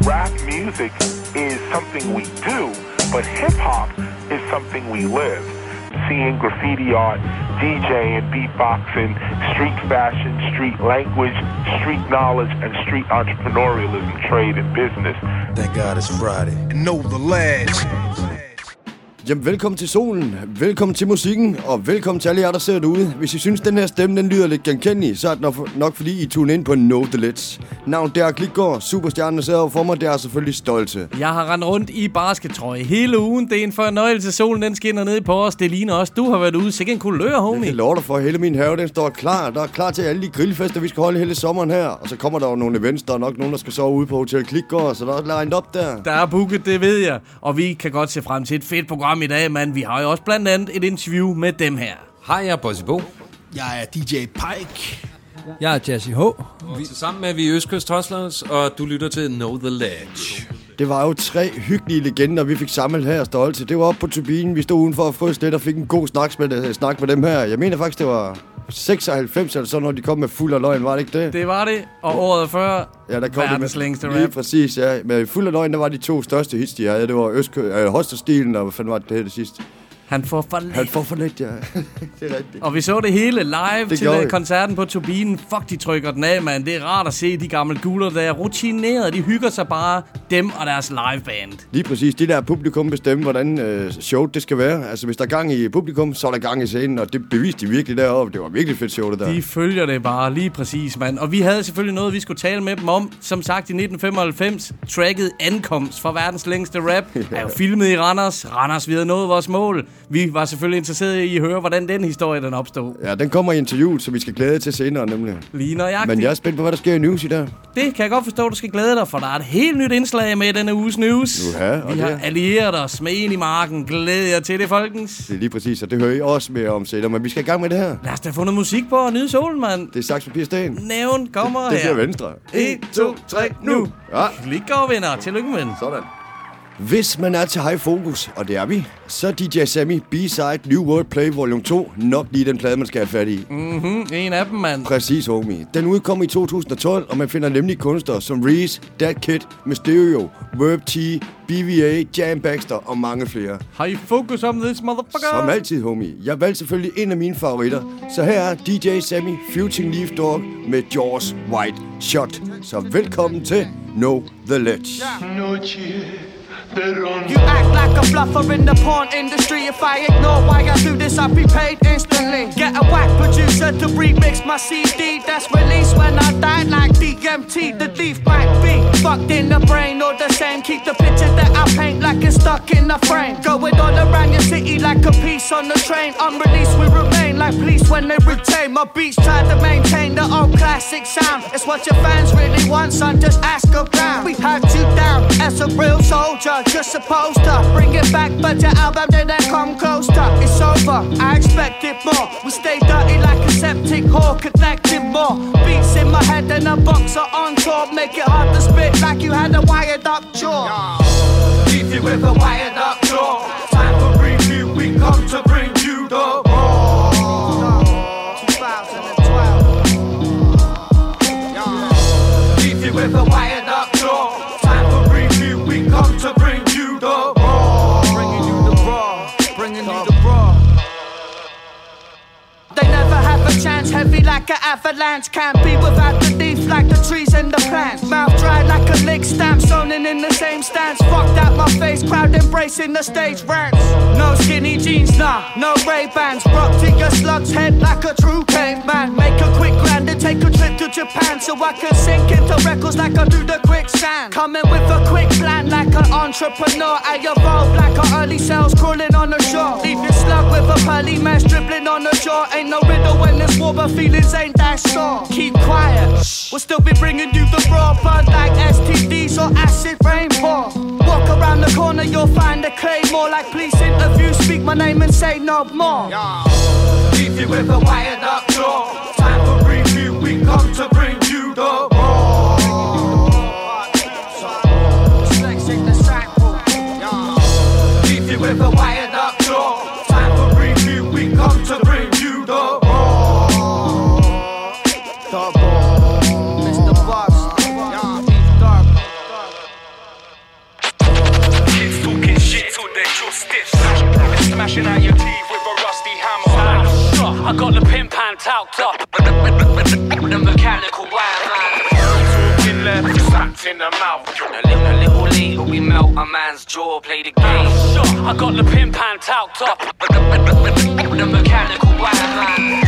rap music is something we do, but hip-hop is something we live. Seeing graffiti art, DJing, beatboxing, street fashion, street language, street knowledge, and street entrepreneurialism, trade and business. Thank God it's Friday. And know the lads. Jamen, velkommen til solen, velkommen til musikken, og velkommen til alle jer, der ser derude. Hvis I synes, den her stemme, den lyder lidt genkendelig, så er det nok fordi, I tuner ind på Know The Ledge. Navn der Klitgaard, superstjernen, der sidder over for mig, det er selvfølgelig Stolte. Jeg har rendt rundt i baskettrøje hele ugen. Det er en fornøjelse, solen den skinner ned på os. Det ligner også, du har været ude. Sikke en kulør, homie. Jeg kan love dig for, hele min have, den står klar. Der er klar til alle de grillfester, vi skal holde hele sommeren her. Og så kommer der jo nogle events, der er nok nogen, der skal sove ude på Hotel Klitgaard, så der er lined op der. Der er booket, det ved jeg. Og vi kan godt se frem til et fedt program i dag, mand. Vi har jo også blandt andet et interview med dem her. Hej, jeg er Bossy Bo. Jeg er DJ Pike. Jeg er Jazzy H. Vi er sammen med, vi er Østkyst Hustlers, og du lytter til Know The Ledge. Det var jo 3 hyggelige legender, vi fik samlet her, Stolte. Det var oppe på turbinen, vi stod udenfor og frøs lidt og fik en god snak med dem her. Jeg mener faktisk, det var 96 eller sådan, når de kom med fuld af løgn, var det ikke det? Det var det, og året før, ja, der kom verdens længste rap. Lige præcis, ja. Men fuld af løgn, der var de 2 største hits, de havde. Det var Hostelstilen, og hvad fanden var det sidste? Han får for lidt, ja. Det er rigtigt. Og vi så det hele live til koncerten på turbinen. Fuck, de trykker den af, mand. Det er rart at se de gamle guler, der er rutineret. De hygger sig bare, dem og deres liveband. Lige præcis. De der publikum bestemmer, hvordan showet det skal være. Altså, hvis der er gang i publikum, så er der gang i scenen. Og det beviste de virkelig deroppe. Det var virkelig fedt show, det der. De følger det bare lige præcis, mand. Og vi havde selvfølgelig noget, vi skulle tale med dem om. Som sagt, i 1995, tracket Ankomst fra verdens længste rap. Er jo filmet i Randers. Randers, vi havde nået vores mål. Vi var selvfølgelig interesserede i at høre, hvordan den historie den opstod. Ja, den kommer i interviewet, så vi skal glæde til senere nemlig. Lige nøjagtigt. Men jeg er spændt på, hvad der sker i news i dag. Det kan jeg godt forstå, du skal glæde dig, for der er et helt nyt indslag med denne uges news. Vi har allieret os med en i marken. Glæder jer til det, folkens. Det er lige præcis, og det hører I også mere om senere, men vi skal i gang med det her. Lad os da få noget musik på og nyde solen, mand. Det er saks, papir, sten. Nævn kommer det her. Det bliver venstre. 1, 2, 3, nu. Ja. Klitgaard vinder. Tillykke med den. Sådan. Hvis man er til high focus, og det er vi, så DJ Sammy B-Side New World Play Volume 2 nok lige den plade, man skal have fat i. En af dem, mand. Præcis, homie. Den udkom i 2012, og man finder nemlig kunstnere som Reese, That Kid, Mysterio, Verb T, BVA, Jam Baxter og mange flere. High focus on this motherfucker. Som altid, homie. Jeg valgte selvfølgelig en af mine favoritter. Så her er DJ Sammy Futing Leaf Dog med Jaws White Shot. Så velkommen til Know The Ledge. You act like a bluffer in the porn industry. If I ignore why I do this, I'll be paid instantly. Get a whack producer to remix my CD that's released when I die like DMT. The leaf might be fucked in the brain or the same. Keep the picture that I paint like it's stuck in a frame. Going all around your city like a piece on the train. Unreleased we remain like police when they retain. My beats try to maintain the old classic sound. It's what your fans really want, son, just ask around. We had you down as a real soldier. Just supposed to bring it back, but your album didn't come close to. It's over, I expected more. We stay dirty like a septic whore, connected more. Beats in my head and a boxer on tour. Make it hard to spit like you had a wired up jaw. Leave you with a wired up jaw. Time for review, we come to bring you the raw. 2012. Leave you with a wired up jaw. Time for review, we come to bring you the raw. Bringing you the raw, bringing you the raw. They never have a chance, heavy like an avalanche. Can't be without the leaf like the trees and the plants. Mouth dry like a lick stamp, zoning in the same stance. Fucked out my face, crowd embracing the stage rants. No skinny jeans, nah, no Ray-Bans. Rock to your slug's head like a true caveman. Make a quick land and take a trip to Japan, so I can sink into records like I do the quicksand. Coming with a quick plan like an entrepreneur. I evolve like our early cells crawling on the shore. Leave your slug with a pearly mess dribbling on the jaw. Ain't no riddle when this war, but feelings ain't that sore. Keep quiet, we'll still be bringing you the raw blood like STDs or acid rainfall. Walk around the corner, you'll find a claymore. Like police interview, speak my name and say no more. Leave you with a wired up jaw. Time for review, we come to bring you the raw. Leave you with a wired up jaw. Time for review, we come to bring you the raw. Mr. Bucks, Dark. got the pimp hand talked up. The mechanical wireline. Talking left, slapped in the mouth. A little later we melt a man's jaw, play the game. I got the pimp hand talked up. The mechanical wireline.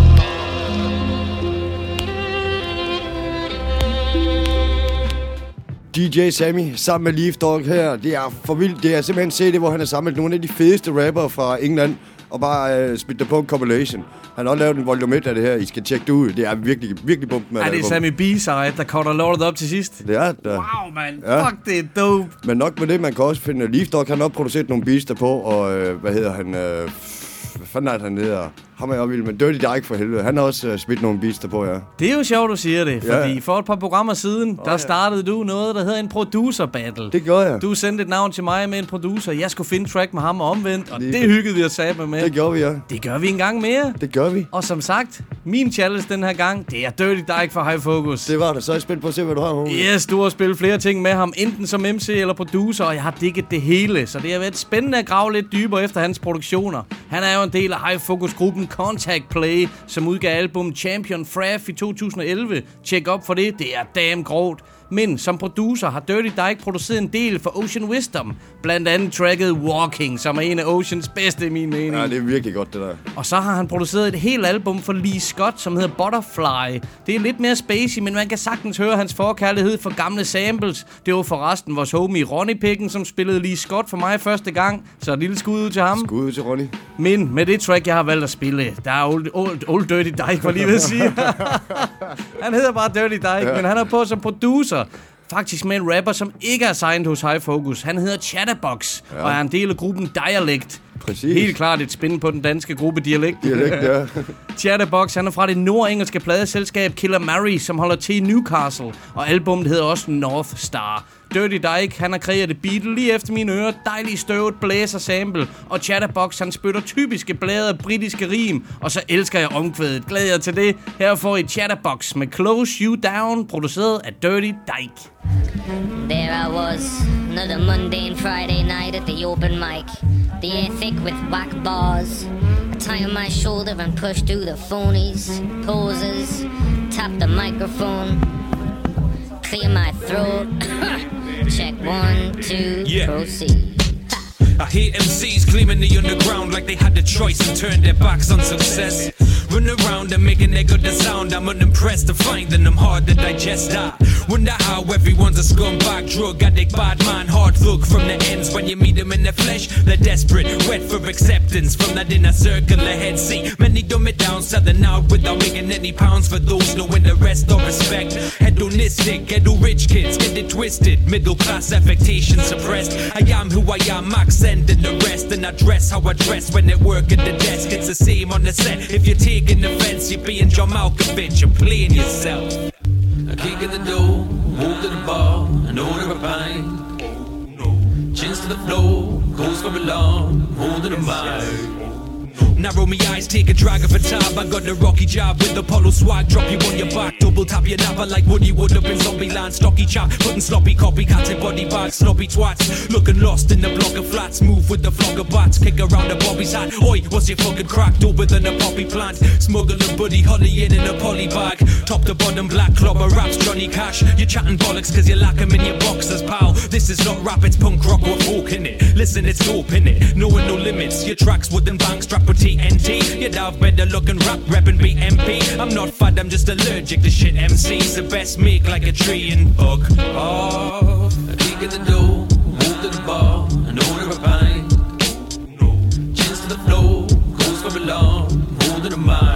DJ Sammy sammen med Leaf Dog her. Det er for vildt. Det er simpelthen CD, hvor han har samlet nogle af de fedeste rappere fra England og bare smidt det på en compilation. Han har også lavet en volume 1 af det her. I skal tjekke det ud. Det er virkelig, virkelig bumpen af det. Er det Sammy B-side, der cutter lortet op til sidst? Det er det. Wow, man. Ja. Fuck, det er dope. Men nok med det, man kan også finde Leaf Dog. Han har også produceret nogle beats derpå, og hvad hedder han? Hvad fanden er han hedder? Ham er jeg vild med. Dirty Dyke for helvede. Han har også smidt nogle beats derpå, ja. Det er jo sjovt, du siger det. Fordi for et par programmer siden, der startede du noget, der hedder en producer battle. Det gjorde jeg. Du sendte et navn til mig med en producer. Jeg skulle finde track med ham og omvendt. Og det hyggede vi os sammen med. Det gjorde vi, ja. Det gør vi en gang mere. Det gør vi. Og som sagt, min challenge den her gang, det er Dirty Dyke fra High Focus. Det var det. Så er jeg spændt på at se, hvad du har, homie. Yes, du har spillet flere ting med ham. Enten som MC eller producer. Og jeg har digget det hele. Så det har været spændende at grave lidt dybere efter hans produktioner. Han er jo en del af High Focus-gruppen Contact Play, som udgav album Champion Fraff i 2011. Tjek op for det, det er damn grovt. Men som producer har Dirty Dyke produceret en del for Ocean Wisdom. Blandt andet tracket Walking, som er en af Oceans bedste i min mening. Ja, det er virkelig godt, det der. Og så har han produceret et helt album for Lee Scott, som hedder Butterfly. Det er lidt mere spacey, men man kan sagtens høre hans forkærlighed for gamle samples. Det var forresten vores homie Ronny Picken, som spillede Lee Scott for mig første gang. Så et lille skud ud til ham. Skud ud til Ronny. Men med det track, jeg har valgt at spille, der er old Dirty Dyke, var lige ved at sige. Han hedder bare Dirty Dyke, men han er på som producer. Faktisk med en rapper, som ikke er signed hos High Focus. Han hedder Chatterbox, og er en del af gruppen Dialect. Præcis. Helt klart et spin på den danske gruppe Dialect. Dialect, ja. Chatterbox, han er fra det nordengelske pladeselskab Killer Mary, som holder til i Newcastle. Og albumet hedder også North Star. Dirty Dyke, han har kreeret det beat lige efter mine ører. Dejlig støvet blæser sample. Og Chatterbox, han spytter typiske blade britiske rim. Og så elsker jeg omkvædet. Glæder jeg til det. Her får I Chatterbox med Close You Down, produceret af Dirty Dyke. There I was, another mundane Friday night at the open mic. The air thick with whack bars. I tie on my shoulder and push through the phonies, poses, tap the microphone, clear my throat. Check 1, 2, proceed. I hear MCs claiming the underground like they had the choice and turned their backs on success. Run around and making their good sound. I'm unimpressed to finding them hard to digest. I wonder how everyone's a scumbag, drug addict, bad man, hard thug from the ends. When you meet them in the flesh, they're desperate, wet for acceptance from that inner circle ahead. See, many dumb it down, selling out without making any pounds for those knowing the rest of respect. Hedonistic, ghetto rich kids, get it twisted. Middle class affectation suppressed. I am who I am, Max and the rest. And I dress how I dress when at work at the desk. It's the same on the set. If you're taking offense, you're being John Malkovich. You're playing yourself. I kick in the door, move to the bar, and order a pint. Chins to the floor, goes for alarm, holding a mic. Narrow me eyes, take a drag of a tab. I got the rocky job with Apollo swag. Drop you on your back, double tap your napper like Woody would up in Zombie Land. Stocky chap, putting sloppy copycats in body bags. Sloppy twats, looking lost in the block of flats. Move with the flock of bats, kick around the Bobby's hat. Oi, what's your fucking crack? Doper than a poppy plant. Smuggle a buddy holly in a poly bag. Top to bottom black clobber raps Johnny Cash. You're chatting bollocks cause you lack them in your boxers, pal. This is not rap, it's punk rock with folk in it. Listen, it's dope in it, knowing no limits. Your tracks wooden bang strap with TNT. You'd have better looking rap reppin' BMP. I'm not fat, I'm just allergic to shit MCs. The best make like a tree and fuck off. I kick in the door, move to the bar, and order a pint. Chins to the floor, goes for alarm, holding a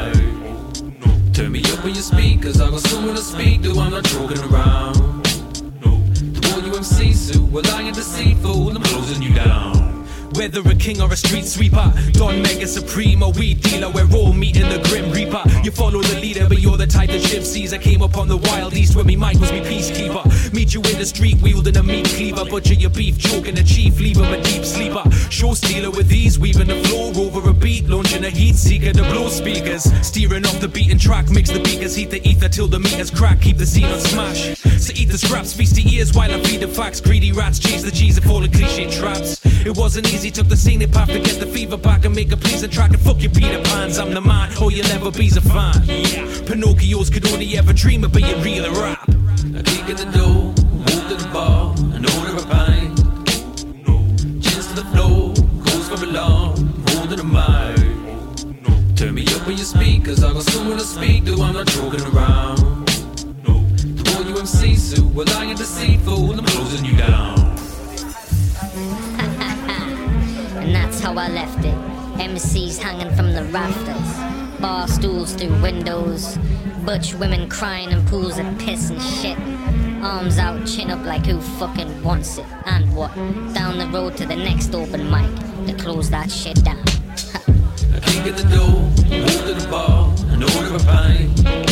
mic. Turn me up on your speakers, I got someone to speak to, I'm not joking around. The more you MCs who are lying deceitful, I'm closing you down. Whether a king or a street sweeper, Don Mega Supreme or weed dealer, we're all meeting the Grim Reaper. You follow the leader leader, but you're the type that gypsies. I came up on the wild east where me mic was me peacekeeper. Meet you in the street wielding a meat cleaver, butcher your beef, choking the chief, leave him a deep sleeper. Show stealer with ease, weaving the floor over a beat, launching a heat seeker to blow speakers. Steering off the beaten track, mix the beakers, heat the ether till the meters crack, keep the scene on smash. So eat the scraps, feast the ears while I feed the facts. Greedy rats chase the cheese and fall in cliche traps. It wasn't easy, took the scenic path to get the fever back and make a pleasing track. And fuck your Peter Pans, I'm the man, or you'll never be's a fan. Pinocchios could only ever dream of being real and rap. I kick at the door, move to the bar, and order a pint. Chins to the floor, goes for alarm, holding a mic. Turn me up with your speakers, I got someone to speak to, I'm not joking around. The more you MC suit, well I am deceitful, I'm closing you down. And that's how I left it. MCs hanging from the rafters, bar stools through windows, butch women crying in pools of piss and shit. Arms out, chin up like who fucking wants it. And what? Down the road to the next open mic to close that shit down. I kick at the door, move to the bar, and order a pint.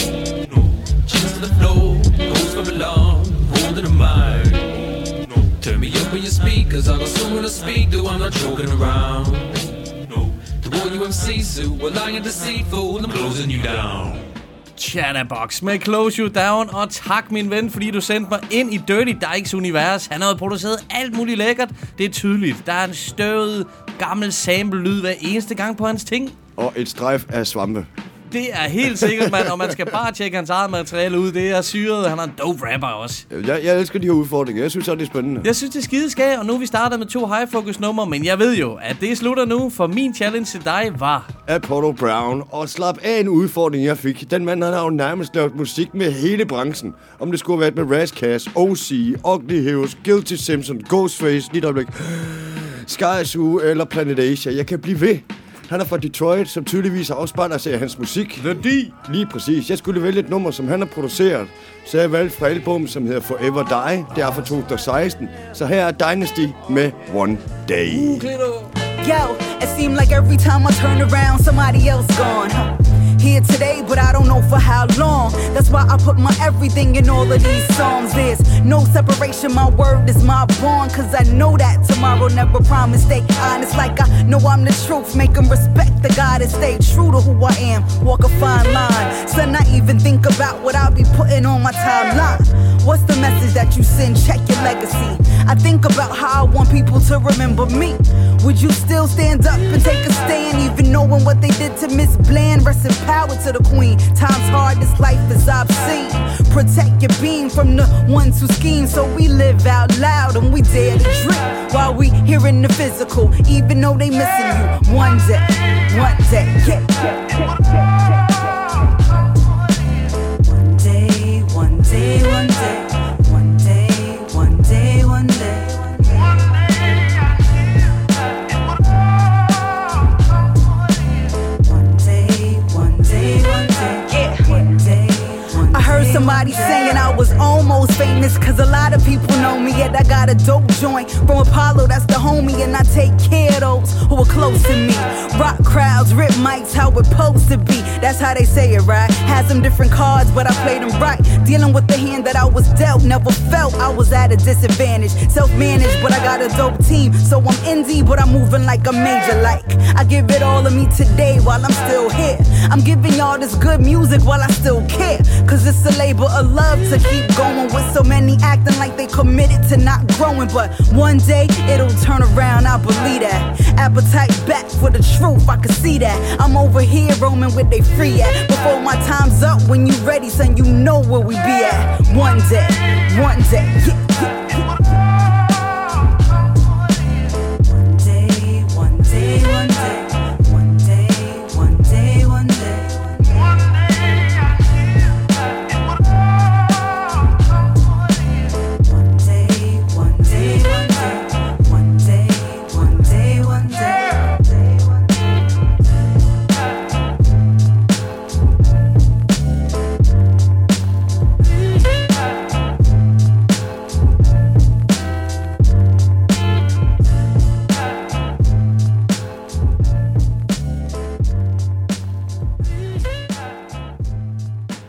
Chins to the floor, goes for alarm, holding a mic. Turn me up with your speakers, I got someone to speak to, I'm not joking around. The more you MC suit, well I am deceitful, I'm closing you down. Chatterbox med Close You Down, og tak min ven, fordi du sendte mig ind i Dirty Dykes univers. Han har produceret alt muligt lækkert. Det er tydeligt. Der er en støvet, gammel sample-lyd hver eneste gang på hans ting. Og et strejf af svampe. Det er helt sikkert, mand, og man skal bare tjekke hans eget materiale ud. Det er syret, han er en dope rapper også. Jeg elsker de her udfordringer. Jeg synes også, det er spændende. Jeg synes, det er skideskab, og nu vi starter med 2 high-focus numre, men jeg ved jo, at det slutter nu, for min challenge til dig var Apollo Brown, og slap af en udfordring, jeg fik. Den mand, han har jo nærmest lavet musik med hele branchen. Om det skulle have været med Razzcast, OC, Ugly Heroes, Guilty Simpson, Ghostface, Lidoblik, Sky Zoo eller Planet Asia. Jeg kan blive ved. Han er fra Detroit, som tydeligvis afspejler sig af hans musik. The D. Lige præcis. Jeg skulle vælge et nummer, som han har produceret. Så jeg valgte fra album, som hedder Forever Die. Det er fra 2016. Så her er Dynasty med One Day. Yo, it seemed like every time I turn around, somebody else gone. Here today, but I don't know for how long. That's why I put my everything in all of these songs. There's no separation, my word is my bond. Cause I know that tomorrow never promised. Stay honest like I know I'm the truth. Make them respect the God and stay true to who I am. Walk a fine line. So not even think about what I'll be putting on my timeline. What's the message that you send? Check your legacy. I think about how I want people to remember me. Would you still stand up and take a stand, even knowing what they did to Miss Bland? Rest in power to the queen. Time's hard, this life is obscene. Protect your being from the ones who scheme. So we live out loud and we dare to dream while we here in the physical, even though they missing you. One day, yeah. One day, one day. Somebody saying I was almost famous, cause a lot of people know me. Yet I got a dope joint from Apollo, that's the homie. And I take care of those who are close to me. Rock crowds, rip mics, how it's supposed to be. That's how they say it, right? Had some different cards, but I played them right. Dealing with the hand that I was dealt, never felt I was at a disadvantage. Self-managed, but I got a dope team. So I'm indie, but I'm moving like a major. Like, I give it all of me today while I'm still here. I'm giving y'all this good music while I still care. Cause it's a labor of love to keep going, with so many acting like they committed to not growing. But one day it'll turn around, I believe that. Appetite back for the truth, I can see that. I'm over here roaming where they free at. Before my time's up, when you ready, son, you know where we be at. One day, yeah.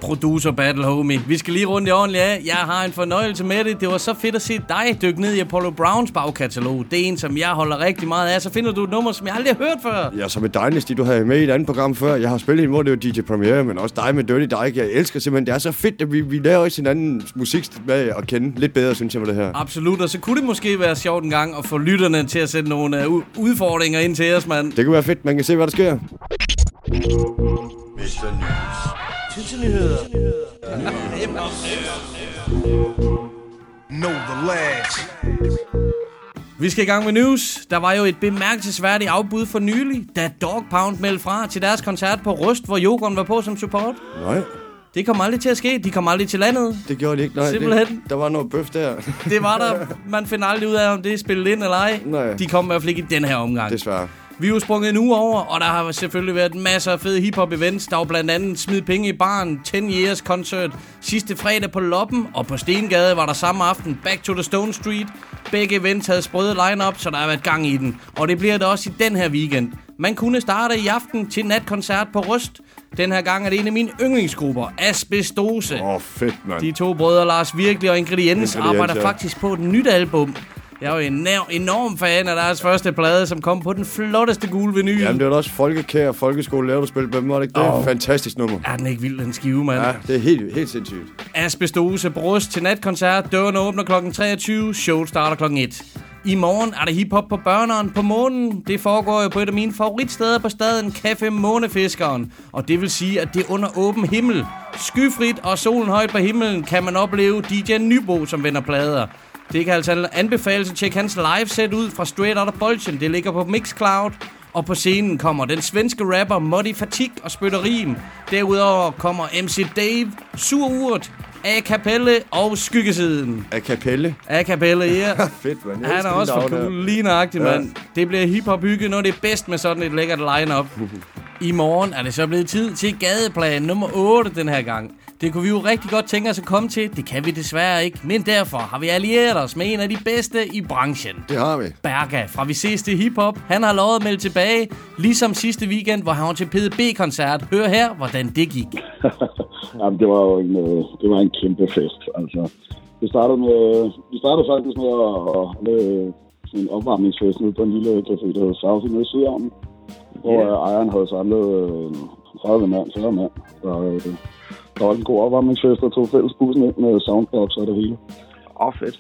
Producer battle, homie. Vi skal lige runde det ordentligt af. Jeg har en fornøjelse med det. Det var så fedt at se dig dykke ned i Apollo Browns bagkatalog. Det er en, som jeg holder rigtig meget af. Så finder du et nummer, som jeg aldrig har hørt før. Ja, som med Dynasty, du havde med i et andet program før. Jeg har spillet en, hvor det var DJ Premier, men også dig med Dirty Dyke. Jeg elsker simpelthen. Det er så fedt, at vi lærer også hinanden musik med at kende lidt bedre, synes jeg, med det her. Absolut, og så kunne det måske være sjovt en gang at få lytterne til at sætte nogle udfordringer ind til os, mand. Det kunne være fedt. Man kan se, hvad der sker. Mr. News. Know the lads. Vi skal i gang med news. Der var jo et bemærkelsesværdigt afbud for nylig, da Dog Pound meldte fra til deres koncert på Rust, hvor Jokeren var på som support. Nej. Det kom aldrig til at ske. De kom aldrig til landet. Det gjorde de ikke, nej. Simpelthen. Der var noget bøf der. Det var der. Man finder aldrig ud af, om det er spillet ind eller ej. Nej. De kom i hvert fald ikke i den her omgang. Desværre. Vi er jo sprunget en uge over, og der har selvfølgelig været masser af fede hiphop-events. Der var blandt andet Smid Penge i Baren, 10 Years Concert, sidste fredag på Loppen, og på Stengade var der samme aften Back to the Stone Street. Begge events havde sprøde line-up, så der har været gang i den. Og det bliver det også i den her weekend. Man kunne starte i aften til natkoncert på Rust. Den her gang er det en af mine yndlingsgrupper, Asbestose. Fedt, mand. De to brødre Lars Virkelig og Ingrediens arbejder faktisk på et nyt album. Jeg er jo en enorm fan af deres første plade, som kom på den flotteste gule vinyl. Jamen, det var da også folkekær folkeskole, lavet du spil på dem, var det ikke? Det er et fantastisk nummer. Er den ikke vild, den skive, mand? Ja, det er helt sindssygt. Asbestose Brust til natkoncert. Dørene åbner kl. 23. Showet starter kl. 1. I morgen er der hiphop på Børneren på Månen. Det foregår jo på et af mine favoritsteder på staden, Café Månefiskeren. Og det vil sige, at det er under åben himmel. Skyfrit og solen højt på himlen kan man opleve DJ Nybo, som vender plader. Det kan altså anbefales at tjekke hans live-set ud fra Straight Outta Bolchen. Det ligger på Mixcloud. Og på scenen kommer den svenske rapper Modi Fatik og Spytter Rim. Derudover kommer MC Dave, Sur Urt, A Cappelle og Skyggesiden. A Cappelle? A Cappelle, ja. Fedt, man. Han er også for cool. Lige nøjagtigt, mand. Det bliver hiphop-hygge, når det er bedst med sådan et lækkert line-up. I morgen er det så blevet tid til Gadeplan nummer 8 den her gang. Det kunne vi jo rigtig godt tænke os at komme til. Det kan vi desværre ikke. Men derfor har vi allieret os med en af de bedste i branchen. Det har vi. Berga fra Vi Ses til Hiphop. Han har lovet at melde tilbage, ligesom sidste weekend, hvor han var til PDB-koncert. Hør her, hvordan det gik. Jamen, det var jo en kæmpe fest. Altså, vi startede faktisk med at lave en opvarmningsfest ude på en lille café, der hedder South i Sydhavnen, hvor ejeren havde samlet 30 mand, 40 mand. Der var en god opvarmningsfest, og tog fælles bussen ind med soundbox og det hele. Fedt. Så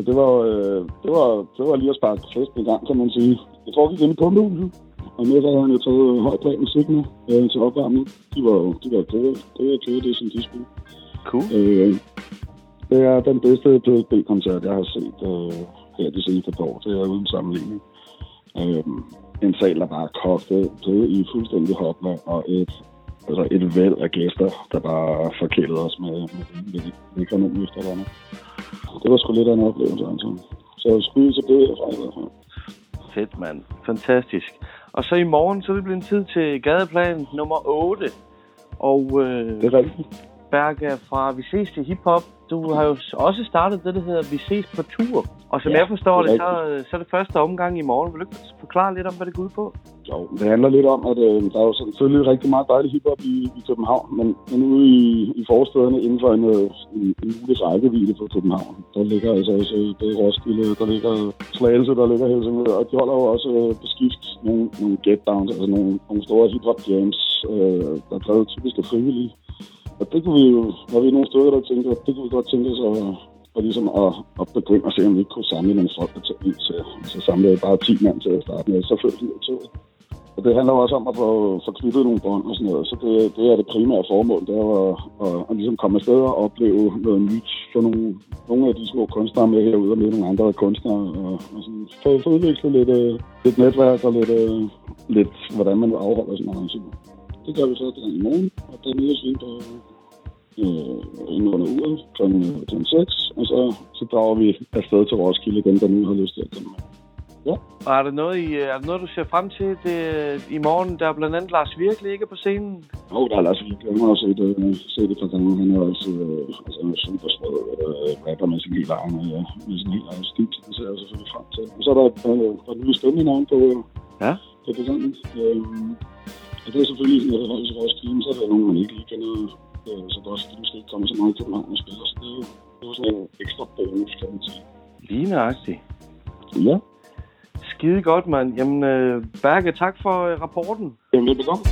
det var lige at sparke festen i gang, kan man sige. Jeg tror, vi gik ind i Pumpehuset, og med der havde jeg taget højplan musik med til opvarmning. De var gode. Det er som de skulle. Cool. Det er den bedste PDB-koncert, jeg har set her de seneste par år. Det er uden sammenligning. En sal, der bare kogte i fuldstændig hopland, og et væld af gæster, der bare forkælede os med økonomi efter det andet. Det var sgu lidt af en oplevelse, altså. Så skud til det herfra i hvert fald. Fedt, mand. Fantastisk. Og så i morgen, så er det blevet en tid til Gadeplan nummer 8. Og det er rigtigt. Berga fra Vi Ses til Hiphop. Du har jo også startet det, der hedder Vi Ses på tur. Og som jeg forstår det, så er det første omgang i morgen. Vil du ikke forklare lidt om, hvad det går ud på? Jo, det handler lidt om, at der er jo selvfølgelig rigtig meget dejlig hiphop i København, men ude i forstederne inden for en mulig rækkevidde på København. Der ligger altså også Roskilde, der ligger Slagelse, der ligger Helsingør, og de holder jo også beskift nogle get-downs, altså nogle store hiphop jams, der er drevet typisk af frivillige. Og det kunne vi jo, når vi er nogle stykker, der tænker, at det kunne vi godt tænke os og ligesom at begynde at se, om vi ikke kunne samle nogle folk til. Så samlede jeg bare 10 mand til at starte med, så følte vi det. Og det handler også om at få knyttet nogle bånd og sådan noget. Så det er det primære formål, det er at ligesom komme afsted og opleve noget nyt. Få nogle af de små kunstnere med herude og med nogle andre kunstnere. Og sådan, få udviklet lidt netværk og lidt hvordan man afholder sådan noget. Det gør vi så i morgen, og der mødes vi på inden under uret kl. 6, og så drager vi afsted til Roskilde, dem der nu har lyst til at komme med. Ja. Og er det noget, du ser frem til i morgen? Der er blandt andet Lars Virkelig ikke på scenen? Jo, der er Lars Virkelig. Han har også set det fra gange. Han er også super sprød rapper med sin helt egen stil, så det ser jeg selvfølgelig frem til. Og så er der nye spændende navn på programmet. Og det er selvfølgelig, når det holdes i Roskilde, så er der nogen, man ikke lige kender så det er også fordi, måske ikke kommer så meget i København og spiller. Så det er jo sådan en ekstra bonus, kan man sige. Lige nøjagtigt. Ja. Skide godt, mand. Jamen, Berke, tak for rapporten. Jamen, velbekomme.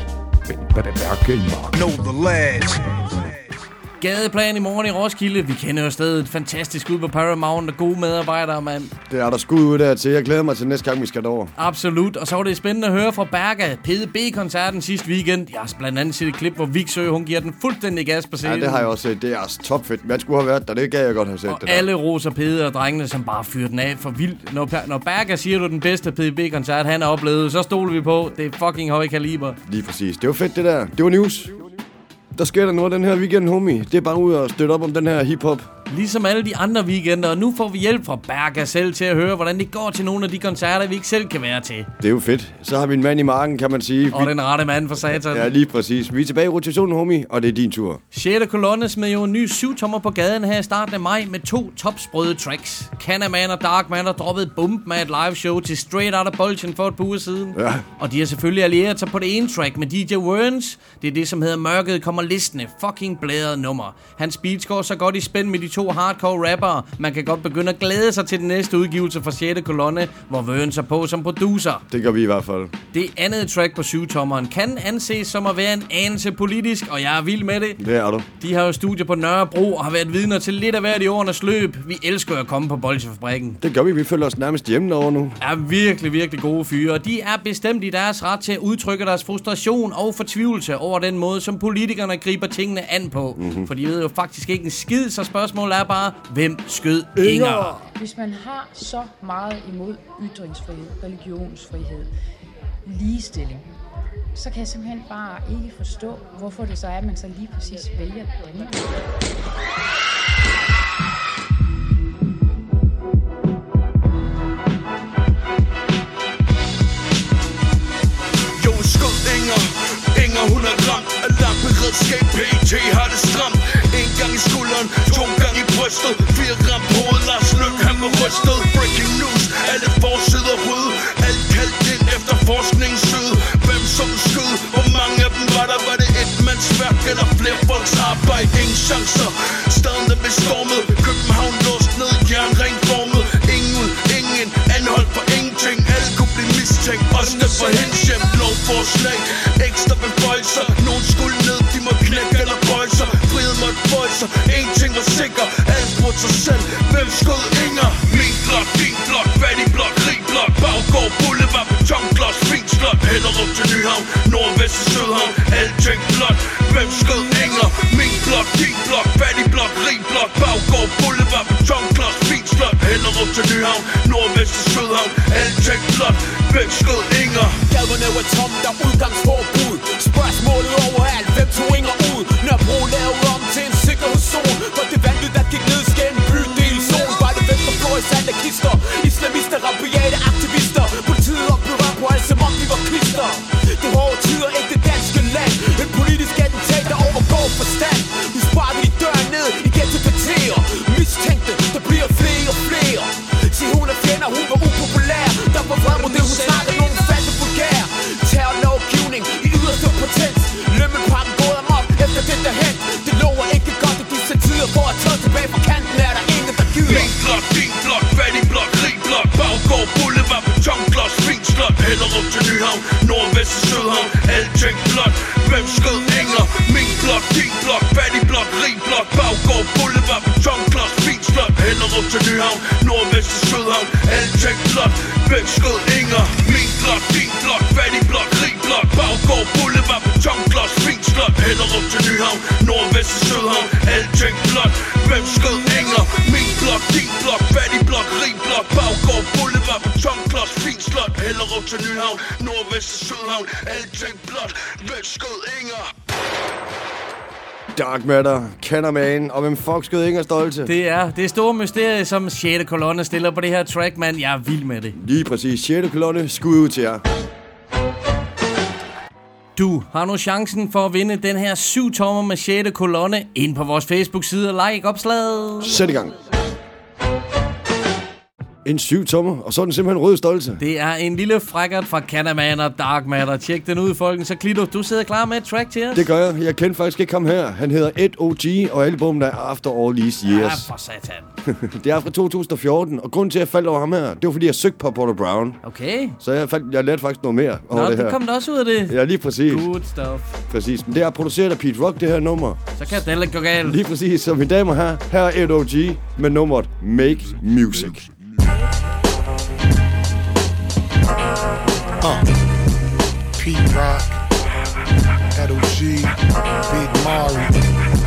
Know the ledge. Gadeplan i morgen i Roskilde. Vi kender jo stedet fantastisk ud på Paramount og gode medarbejdere, mand. Det er der skud ud der til. Jeg glæder mig til næste gang, vi skal derover. Absolut. Og så var det spændende at høre fra Berga. PDB-koncerten sidste weekend. Jeg har blandt andet set et klip, hvor Viksø, hun giver den fuldstændig gas på scenen. Ja, det har jeg også set. Det er topfedt. Man skulle have været der. Det kan jeg godt have set. Og det der. alle roser Pede og drengene, som bare fyrer den af for vildt. Når Berga siger, du den bedste PDB-koncert, han har oplevet, så stoler vi på. Det er fucking høj kaliber. Lige præcis. Det var fedt, det der. Det var news. Der sker der noget den her weekend, homie. Det er bare ud og støtte op om den her hiphop. Ligesom alle de andre weekender, og nu får vi hjælp fra Berga selv til at høre, hvordan det går til nogle af de koncerter, vi ikke selv kan være til. Det er jo fedt. Så har vi en mand i marken, kan man sige. Og den rette mand for satan. Ja, lige præcis. Vi er tilbage i rotationen, homie, og det er din tur. 6. kolonne smed jo en ny 7-tommer på gaden her i starten af maj med 2 topsprøde tracks. Canaman og Darkman har droppet Bump med et live show til Straight Outta Bulgin for et par uger siden. Ja. Og de har selvfølgelig allieret sig på det ene track med DJ Werns. Det er det, som hedder Mørket kommer listende. Fucking blæret nummer. Hans beats går så godt i spænd med de 2 hardcore rappere. Man kan godt begynde at glæde sig til den næste udgivelse fra 6. kolonne, hvor Werns er på som producer. Det gør vi i hvert fald. Det andet track på 7-tommeren kan anses som at være en anelse politisk, og jeg er vild med det. Det er du. De har jo studie på Nørrebro og har været vidner til lidt af hvert i årenes løb. Vi elsker at komme på Bolsjefabrikken. Det gør vi. Vi føler os nærmest hjemme derovre nu. Er virkelig, virkelig gode fyre. De er bestemt i deres ret til at udtrykke deres frustration og fortvivlelse over den måde, som politikerne griber tingene an på. For de ved jo faktisk ikke en skid, så spørgsmålet er bare, hvem skød Inger? Hvis man har så meget imod ytringsfrihed, religionsfrihed, ligestilling, så kan jeg simpelthen bare ikke forstå, hvorfor det så er, at man så lige præcis vælger Danmark. Jo, skød Inger, hun er ramt af lang beredskab, PET har det stramt. En gang i skulderen, 2 gange i brystet, 4 ramt hovedet, Lars Løkke, han var rystet. Breaking news, alle forsider røde, alt kaldt ind efter forskningssøde. Hvem som skød, hvor mange af dem var der? Var det et mandsværk eller flere folks arbejde? Ingen chancer, staden der blev stormet, København låst ned, jernringformet. Ingen ud, ingen anholdt for ingenting, alle kunne blive mistænkt. Også dem for hendes hjem, lovforslag, ekstra beføjelser. Nogen skulle ned, de må knække eller bøje sig. Frihed måtte bøje sig, en ting var sikker, alt spurgte sig selv. Hvem skød Inger? Min blok, din blok, fattig blok, rig blok. Baggård, Boulevard, betonklods, fint slot. Hellerup til Nyhavn, Nordvest til Sydhavn, alting blot. Hvem skød Inger? Min blok, din blok, fattig blok, rig blok. Baggård, Boulevard, betonklods, fint slot. Hellerup til Nyhavn, Nordvest til Sydhavn, alting blot. Hvem skød Inger? Gaderne var tomt, der udgangsforbud. Spørgsmålet overalt, hvem tog Inger ud? Nørrebro lavede om til en sikkerhedszone. For det vandløb, der gik ned, skal en bydelszone. Var det Vesterfløjs anarkister, islamister, rabiate aktivister. Politiet opbevarer på alt, som om de var klister. Det hårde tider, ikke det danske land. En politisk attentat, der overgår forstand. Nu sparker de døren ned i ghettokvarterer. Mistænkte, der bliver flere og flere. Se, hun er fjender, hun var upopulær. Der var vred mod det, hun snakkede, nogen faldt vulgær. Terrorlovgivning i yderste potens. Lømmelpakken går amok efter det der hent. Det lover ikke godt i disse tider, for at tage tilbage fra kanten er der ingen, der gider. Min blok, din blok, fattig blok, rig blok. Baggård, Boulevard, betonklods, fint slot. Hellerup til Nyhavn, Nordvest til Sydhavn, alting blot. Hvem skød Inger? Min blok, din blok, fattig blok, rig blok. Baggård, Boulevard, betonklods, fint slot. Hellerup til Nyhavn, Nordvest til Sydhavn, alting blot. Hvem skød Inger? Min blok, din blok, fattig blok, rig blok. Baggård, Boulevard, betonklods, fint slot. Hellerup til Nyhavn, Nordvest til Sydhavn, alting blot. Hvem skød Inger? Min blok, din blok, fattig blok, rig blok. Baggård, Boulevard, betonklods, fint slot. Hellerup til Nyhavn, Nordvest til Sydhavn, alting blot. Hvem skød Inger? Dark Matter, Canaman, og hvem fuck skød Inger Stolte? Det er store mysterie, som 6. kolonne stiller på det her track, man. Jeg er vild med det. Lige præcis. 6. kolonne, skud ud til jer. Du har nu chancen for at vinde den her 7-tommer med 6. kolonne ind på vores Facebook-side og like opslaget. Sæt i gang. En 7-tommer, og så er den simpelthen rød stolte. Det er en lille frækkert fra Canaman og Dark Matter. Tjek den ud, folkens. Så Klito, du sidder klar med et track til os? Det gør jeg. Jeg kender faktisk ikke ham her. Han hedder Ed O.G., og albumet er After All These Years. Ja, for satan. Det er fra 2014, og grunden til, at jeg faldt over ham her, det var, fordi jeg søgte på Porter Brown. Okay. Så jeg lærte faktisk noget mere over det her. Nå, du kom da også ud af det. Ja, lige præcis. Good stuff. Præcis. Men det er produceret af Pete Rock, det her nummer. Så kan det ikke gå galt. Lige præcis. Så mine damer her er Ed O.G. med nummeret Make Music. Pete Rock, Ed O.G., Big Mari.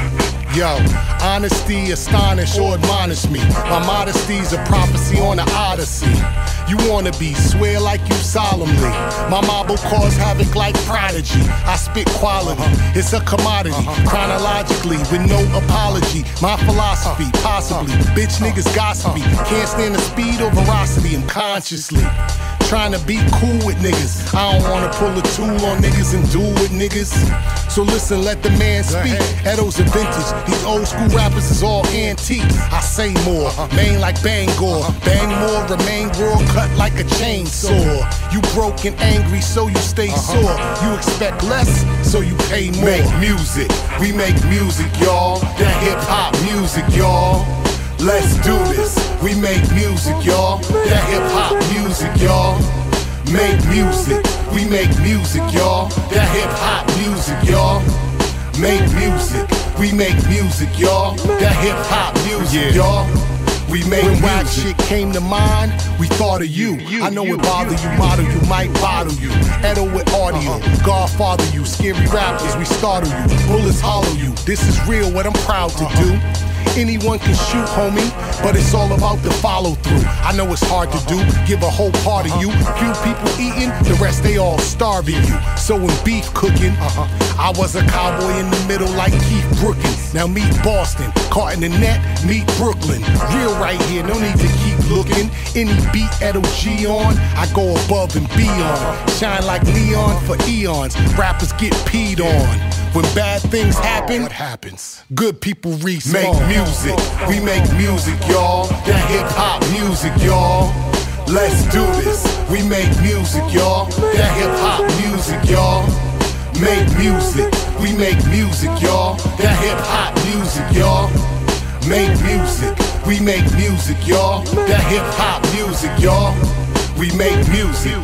Yo, honesty, astonish or admonish me. My modesty's a prophecy on the Odyssey. You wanna be, swear like you solemnly. My mob will cause havoc like Prodigy. I spit quality, it's a commodity. Chronologically, with no apology. My philosophy, possibly. Bitch niggas gossipy. Can't stand the speed or veracity. I'm consciously trying to be cool with niggas. I don't wanna pull a tool on niggas and duel with niggas. So listen, let the man speak. Edo's a vintage. These old school rappers is all antique. I say more, main like Bangor. Bang more, remain raw, cut like a chainsaw. You broke and angry, so you stay sore. You expect less, so you pay more. Make music, we make music, y'all. That hip-hop music, y'all. Let's do this. We make music, y'all. That hip-hop music, y'all. Make music. We make music, y'all. That hip-hop music, y'all. Make music. We make music, y'all. That hip-hop music, y'all. We make when whack shit came to mind, we thought of you. I know it bother you, model you, might bottle you. Edo with audio, Godfather you. Scary rappers, we startle you. Bullets hollow you. This is real, what I'm proud to do. Anyone can shoot, homie, but it's all about the follow through. I know it's hard to do, give a whole part of you. Few people eating, the rest they all starving you. So when beef cooking, I was a cowboy in the middle like Keith Brookins. Now meet Boston, caught in the net, meet Brooklyn. Real right here, no need to keep looking. Any beat Ed O.G. on, I go above and beyond. Shine like neon for eons, rappers get peed on. When bad things happen, what happens? Good people respawn. Make music, we make music, y'all. That hip-hop music, y'all. Let's do this. We make music, y'all. That hip-hop music, y'all. Make music, we make music, y'all. That hip-hop music, y'all. Make music, we make music, y'all. That hip-hop music, y'all. We make music.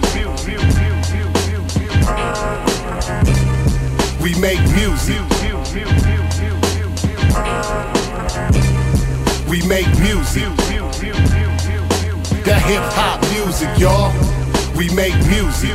We make music. We make music. That hip-hop music, y'all. We make music.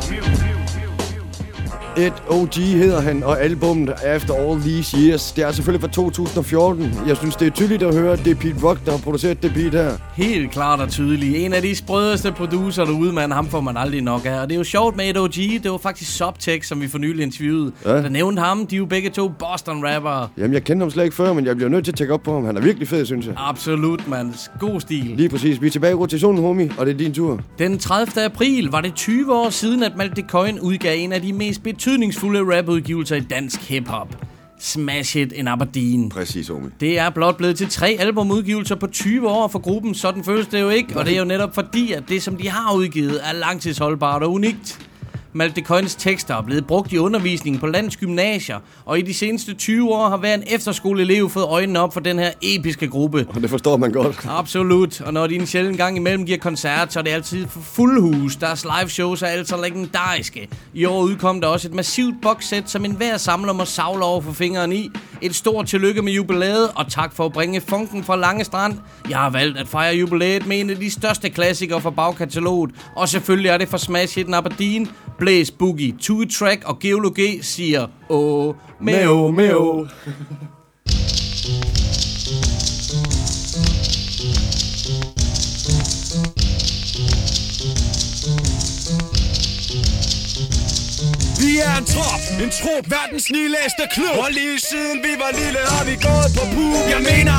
Ed O.G. hedder han, og albumet After All These Years. Det er selvfølgelig fra 2014. Jeg synes, det er tydeligt at høre, at det er Pete Rock, der har produceret det beat her. Helt klart og tydeligt. En af de sprødeste producer derude, mand. Ham får man aldrig nok af. Og det er jo sjovt med Ed O.G. Det var faktisk Subtext, som vi for nylig interviewede. Ja. Der nævnte ham. De er jo begge to Boston-rappere. Jamen, jeg kendte ham slet ikke før, men jeg bliver nødt til at tjekke op på ham. Han er virkelig fed, synes jeg. Absolut, mand. God stil. Lige præcis. Vi er tilbage i rotationen, homie, og det er din tur. Den 30. april var det 20 år siden, at Malk de Koijn udgav en af de mest betydningsfulde rapudgivelser i dansk hiphop. Smash It in Aberdeen. Præcis, homie. Det er blot blevet til 3 albumudgivelser på 20 år for gruppen. Sådan føles det jo ikke, og det er jo netop fordi, at det, som de har udgivet, er langtidsholdbart og unikt. Malk de Koijns tekster er blevet brugt i undervisningen på landets gymnasier, og i de seneste 20 år har hver en efterskoleelev fået øjnene op for den her episke gruppe. Og det forstår man godt. Absolut, og når de en sjældent gang imellem giver koncert, så er det altid for fuld hus. Deres liveshows er altså legendariske. I år udkom der også et massivt boxsæt, som enhver samler må savle over for fingeren i. Et stort tillykke med jubilæet, og tak for at bringe funken fra Lange Strand. Jeg har valgt at fejre jubilæet med en af de største klassikere fra bagkataloget, og selvfølgelig er det for Smash It in Aberdeen. Blaze Boogie, Tui Track og Geologi siger åh, meo, meo. Vi er en trup, verdens snillæste klub. Og lige siden vi var lille har vi gået på pub. Jeg mener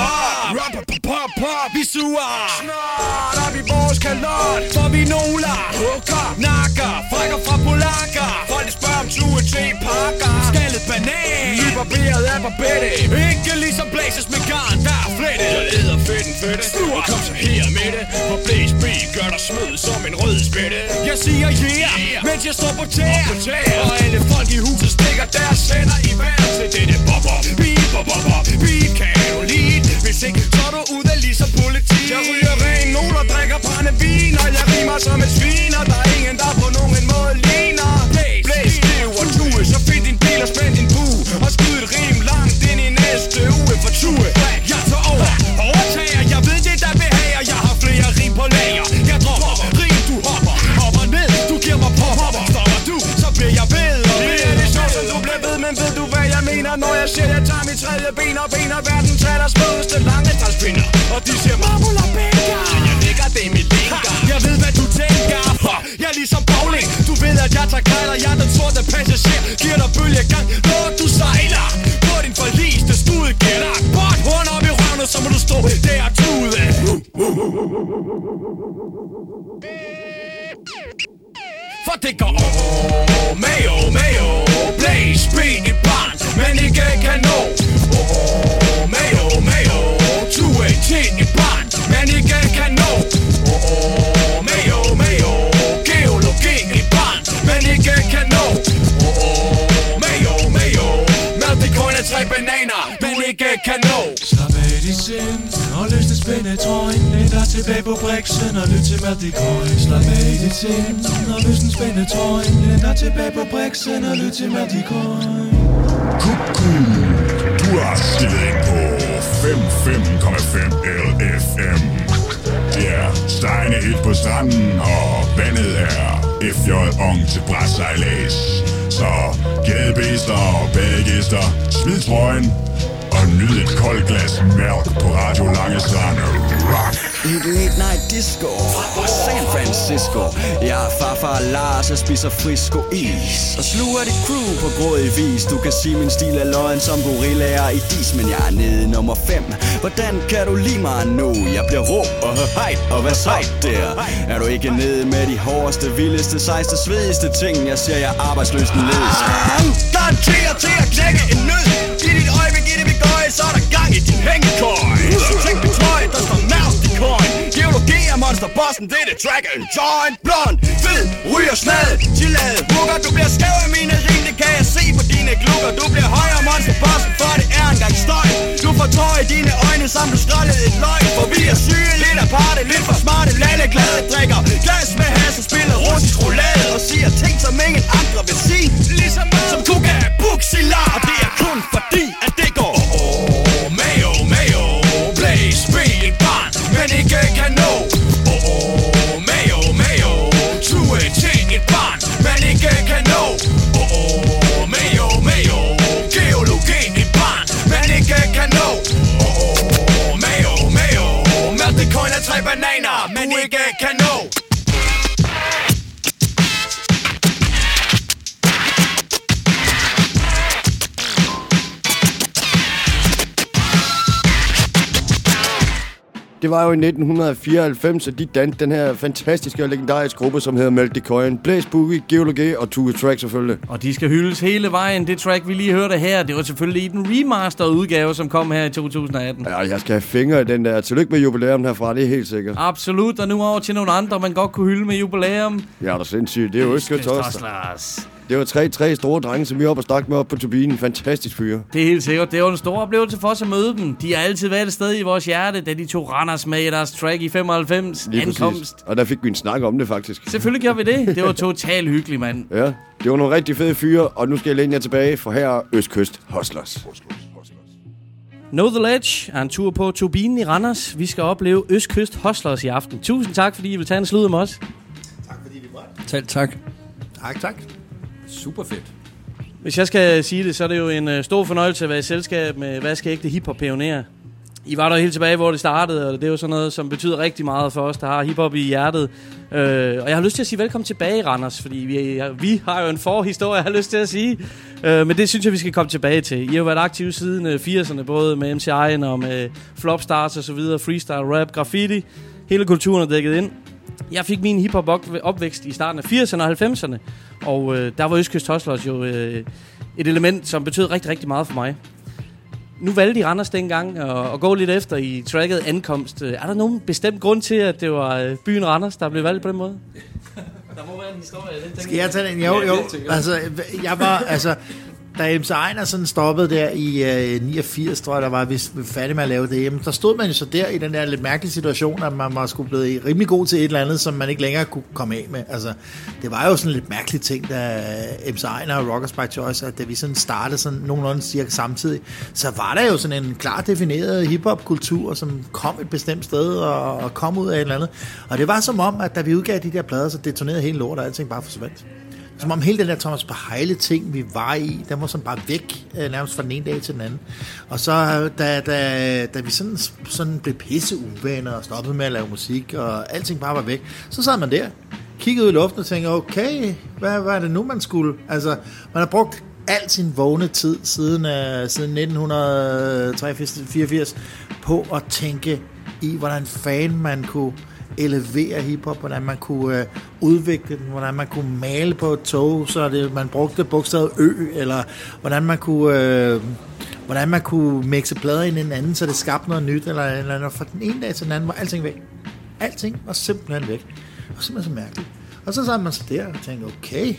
pop, vi suger. Snart har vi vores kalot, for vi noler. Hugger, nakker, frækker fra polakker. Folk spørger om Tue T. Parker. Skaldet banan, barberet af barbette. Ikke ligesom blæses med garn, der er flettet. Jeg leder fedten fedte. Og kom så her med det. For blæs bil gør dig smød som en rød spætte. Jeg siger yeah, mens jeg står på tæer. Og alle folk i huset stikker deres hænder i vejret til dette bop-bop. Beat, Karoline. Hvis ikke, så er du ude ligesom politi. Jeg ryger ren nogen og drikker brændevin. Og jeg rimer som et svin. Og der er ingen, der på nogen måde ligner. Blæs, skriv og tue. Så find din bil og spænd din bue. Og skyd et rim langt ind i næste uge. For tue, jeg tager over. Overtager, jeg ved det der behager. Jeg har flere rim på lager. Jeg dropper rim, du hopper ned. Du giver mig popper. Stopper du, så bliver jeg ved. Og ved er det sjovt, som du bliver ved. Men ved du hvad jeg mener, når jeg siger, jeg tager mit tredje ben og bener verdens allersmødeste lange transpinder. Og de siger marmul og bækker. Jeg lægger det i mit længer. Jeg ved hvad du tænker. Jeg er ligesom bowling. Du ved at jeg tager kejler. Jeg er den sorte passager. Giver dig bølgegang, når du sejler. På din forliste skud gælder. Bort horn op i røvnet, så må du stå der og tude. For det går mayo, blæs, be et barn, men ikke kan nå. Mayo, tue til et barn, men ikke kan nå. Mayo, geologi et barn, men ikke kan nå. Mayo, mad det kun er 3 bananer, men ikke kan nå. Slap af dit sind og løsne spændetrøjen. Læn dig tilbage på briksen og lyt til Malte Coin. Slap af dit sind og løsne spændetrøjen. Læn dig tilbage på briksen og lyt til Malte Coin. Du har stillet ind på 5,5 LFM. Det er stejende helt på stranden, og vandet er FJ Ong til brætsejlads. Så gadebæster og badegæster, smid trøjen og nyd et koldt glas mælk på Radio Lange Strand. Rock! Et late night disco fra San Francisco. Jeg er farfar Lars og spiser Frisco is og sluger dit crew på grådig vis. Du kan sige min stil er løgn som gorillaer i dis, men jeg er nede nummer 5. Hvordan kan du lide mig nu? Jeg bliver rå og højt og hvad sejt der. Er du ikke nede med de hårdeste, vildeste, sejste, svedigste ting? Jeg siger jeg er arbejdsløs ned. Garanterer til at knække en nød. I dit øjeblik, i det vi går i, så er der gang i din hængekøj. Så tænk med trøj, der står mouse i coin. Geologi er monsterbossen, det er det track and join. Blond, fed, ryger snad, chillade, hugger. Du bliver skæv af mine rim, det kan jeg se på dine klukker. Du bliver højere monsterbossen, for det er engang støj. Du får tår i dine øjne, som du skrællede et løg. For vi er syge, lidt aparte, lidt for smarte, landeglade. Drikker glas med has og spiller russisk roulade. Og siger ting, som ingen andre vil sige. Ligesom som Kuka Buxilar. Og det er kun fordi, at det går mayo, blæs, be et barn, men ikke kan nå. Mayo, tue til et barn, men ikke kan nå. Mayo, geologi et barn, men ikke kan nå. Mayo, mad det kun er 3 bananer, men ikke kan nå. Det var jo i 1994, at de dannede den her fantastiske og legendariske gruppe, som hedder Malte Coin. Blæs, Boogie, Geologi og Tue Track selvfølgelig. Og de skal hyldes hele vejen. Det track, vi lige hørte her, det var selvfølgelig i den remasterede udgave, som kom her i 2018. Ja, jeg skal have fingre i den der. Tillykke med jubilæum herfra, det er helt sikkert. Absolut, og nu over til nogle andre, man godt kunne hylde med jubilæum. Ja, det er sindssygt. Det er jo Østkyst Torsdag. Det var tre store drenge, som vi er oppe og snakke med op på turbinen. Fantastisk fyre. Det er helt sikkert. Det var en stor oplevelse for os at møde dem. De har altid været et sted i vores hjerte, da de tog Randers med i deres track i 95. Lige ankomst. Præcis. Og der fik vi en snak om det faktisk. Selvfølgelig gjorde vi det. Det var totalt hyggeligt, mand. Ja, det var nogle rigtig fede fyre, og nu skal jeg læne jer tilbage, for her er Østkyst Hustlers. Know the Ledge er en tur på turbinen i Randers. Vi skal opleve Østkyst Hustlers i aften. Tusind tak, fordi I vil tage en slud med os. Tak, fordi vi var. Selv tak. Tak. Super fedt. Hvis jeg skal sige det, så er det jo en stor fornøjelse at være i selskab med vaskeægte hiphop-pionerer. I var der helt tilbage, hvor det startede, og det er jo sådan noget, som betyder rigtig meget for os, der har hiphop i hjertet. Og jeg har lyst til at sige velkommen tilbage i Randers, fordi vi har jo en forhistorie, jeg har lyst til at sige. Men det synes jeg, vi skal komme tilbage til. I har jo været aktive siden 80'erne, både med MCI'en og med Flopstars og så videre, freestyle, rap, graffiti. Hele kulturen er dækket ind. Jeg fik min hiphop opvækst i starten af 80'erne og 90'erne, og der var Østkyst Hustlers jo et element, som betød rigtig, rigtig meget for mig. Nu valgte I Randers dengang at gå lidt efter i tracket Ankomst. Er der nogen bestemt grund til, at det var byen Randers, der blev valgt på den måde? Der må være en historie. Skal jeg tage den? Jo. Altså, jeg var... Da MC Einar stoppede der i 89, tror jeg, der var vi færdige med at lave det, jamen, der stod man jo så der i den der lidt mærkelige situation, at man var skulle blevet rimelig god til et eller andet, som man ikke længere kunne komme af med. Altså, det var jo sådan lidt mærkelige ting, da MC Einar og Rockers by Choice, at da vi sådan startede sådan nogenlunde cirka samtidig, så var der jo sådan en klart defineret hiphop-kultur, som kom et bestemt sted og kom ud af et eller andet. Og det var som om, at da vi udgav de der plader, så detonerede hele lort, og alting bare forsvandt. Som om hele den der Thomas Beheile ting, vi var i, den var sådan bare væk, nærmest fra den ene dag til den anden. Og så da vi sådan blev pisse uvenner og stoppede med at lave musik, og alting bare var væk, så sad man der, kiggede ud i luften og tænkte, okay, hvad er det nu, man skulle? Altså, man har brugt al sin vågne tid siden 1983 på at tænke i, hvordan fanden man kunne elevere hiphop, hvordan man kunne udvikle den, hvordan man kunne male på et tog, så man brugte bogstavet Ø, eller hvordan man kunne mixe plader ind i en anden, så det skabte noget nyt, eller fra den ene dag til den anden var alting væk. Alting var simpelthen væk. Det var simpelthen så mærkeligt. Og så sad man så der og tænkte, okay,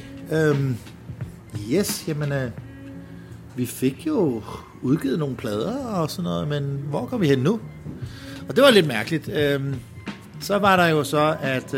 vi fik jo udgivet nogle plader og sådan noget, men hvor går vi hen nu? Og det var lidt mærkeligt. Så var der jo så, at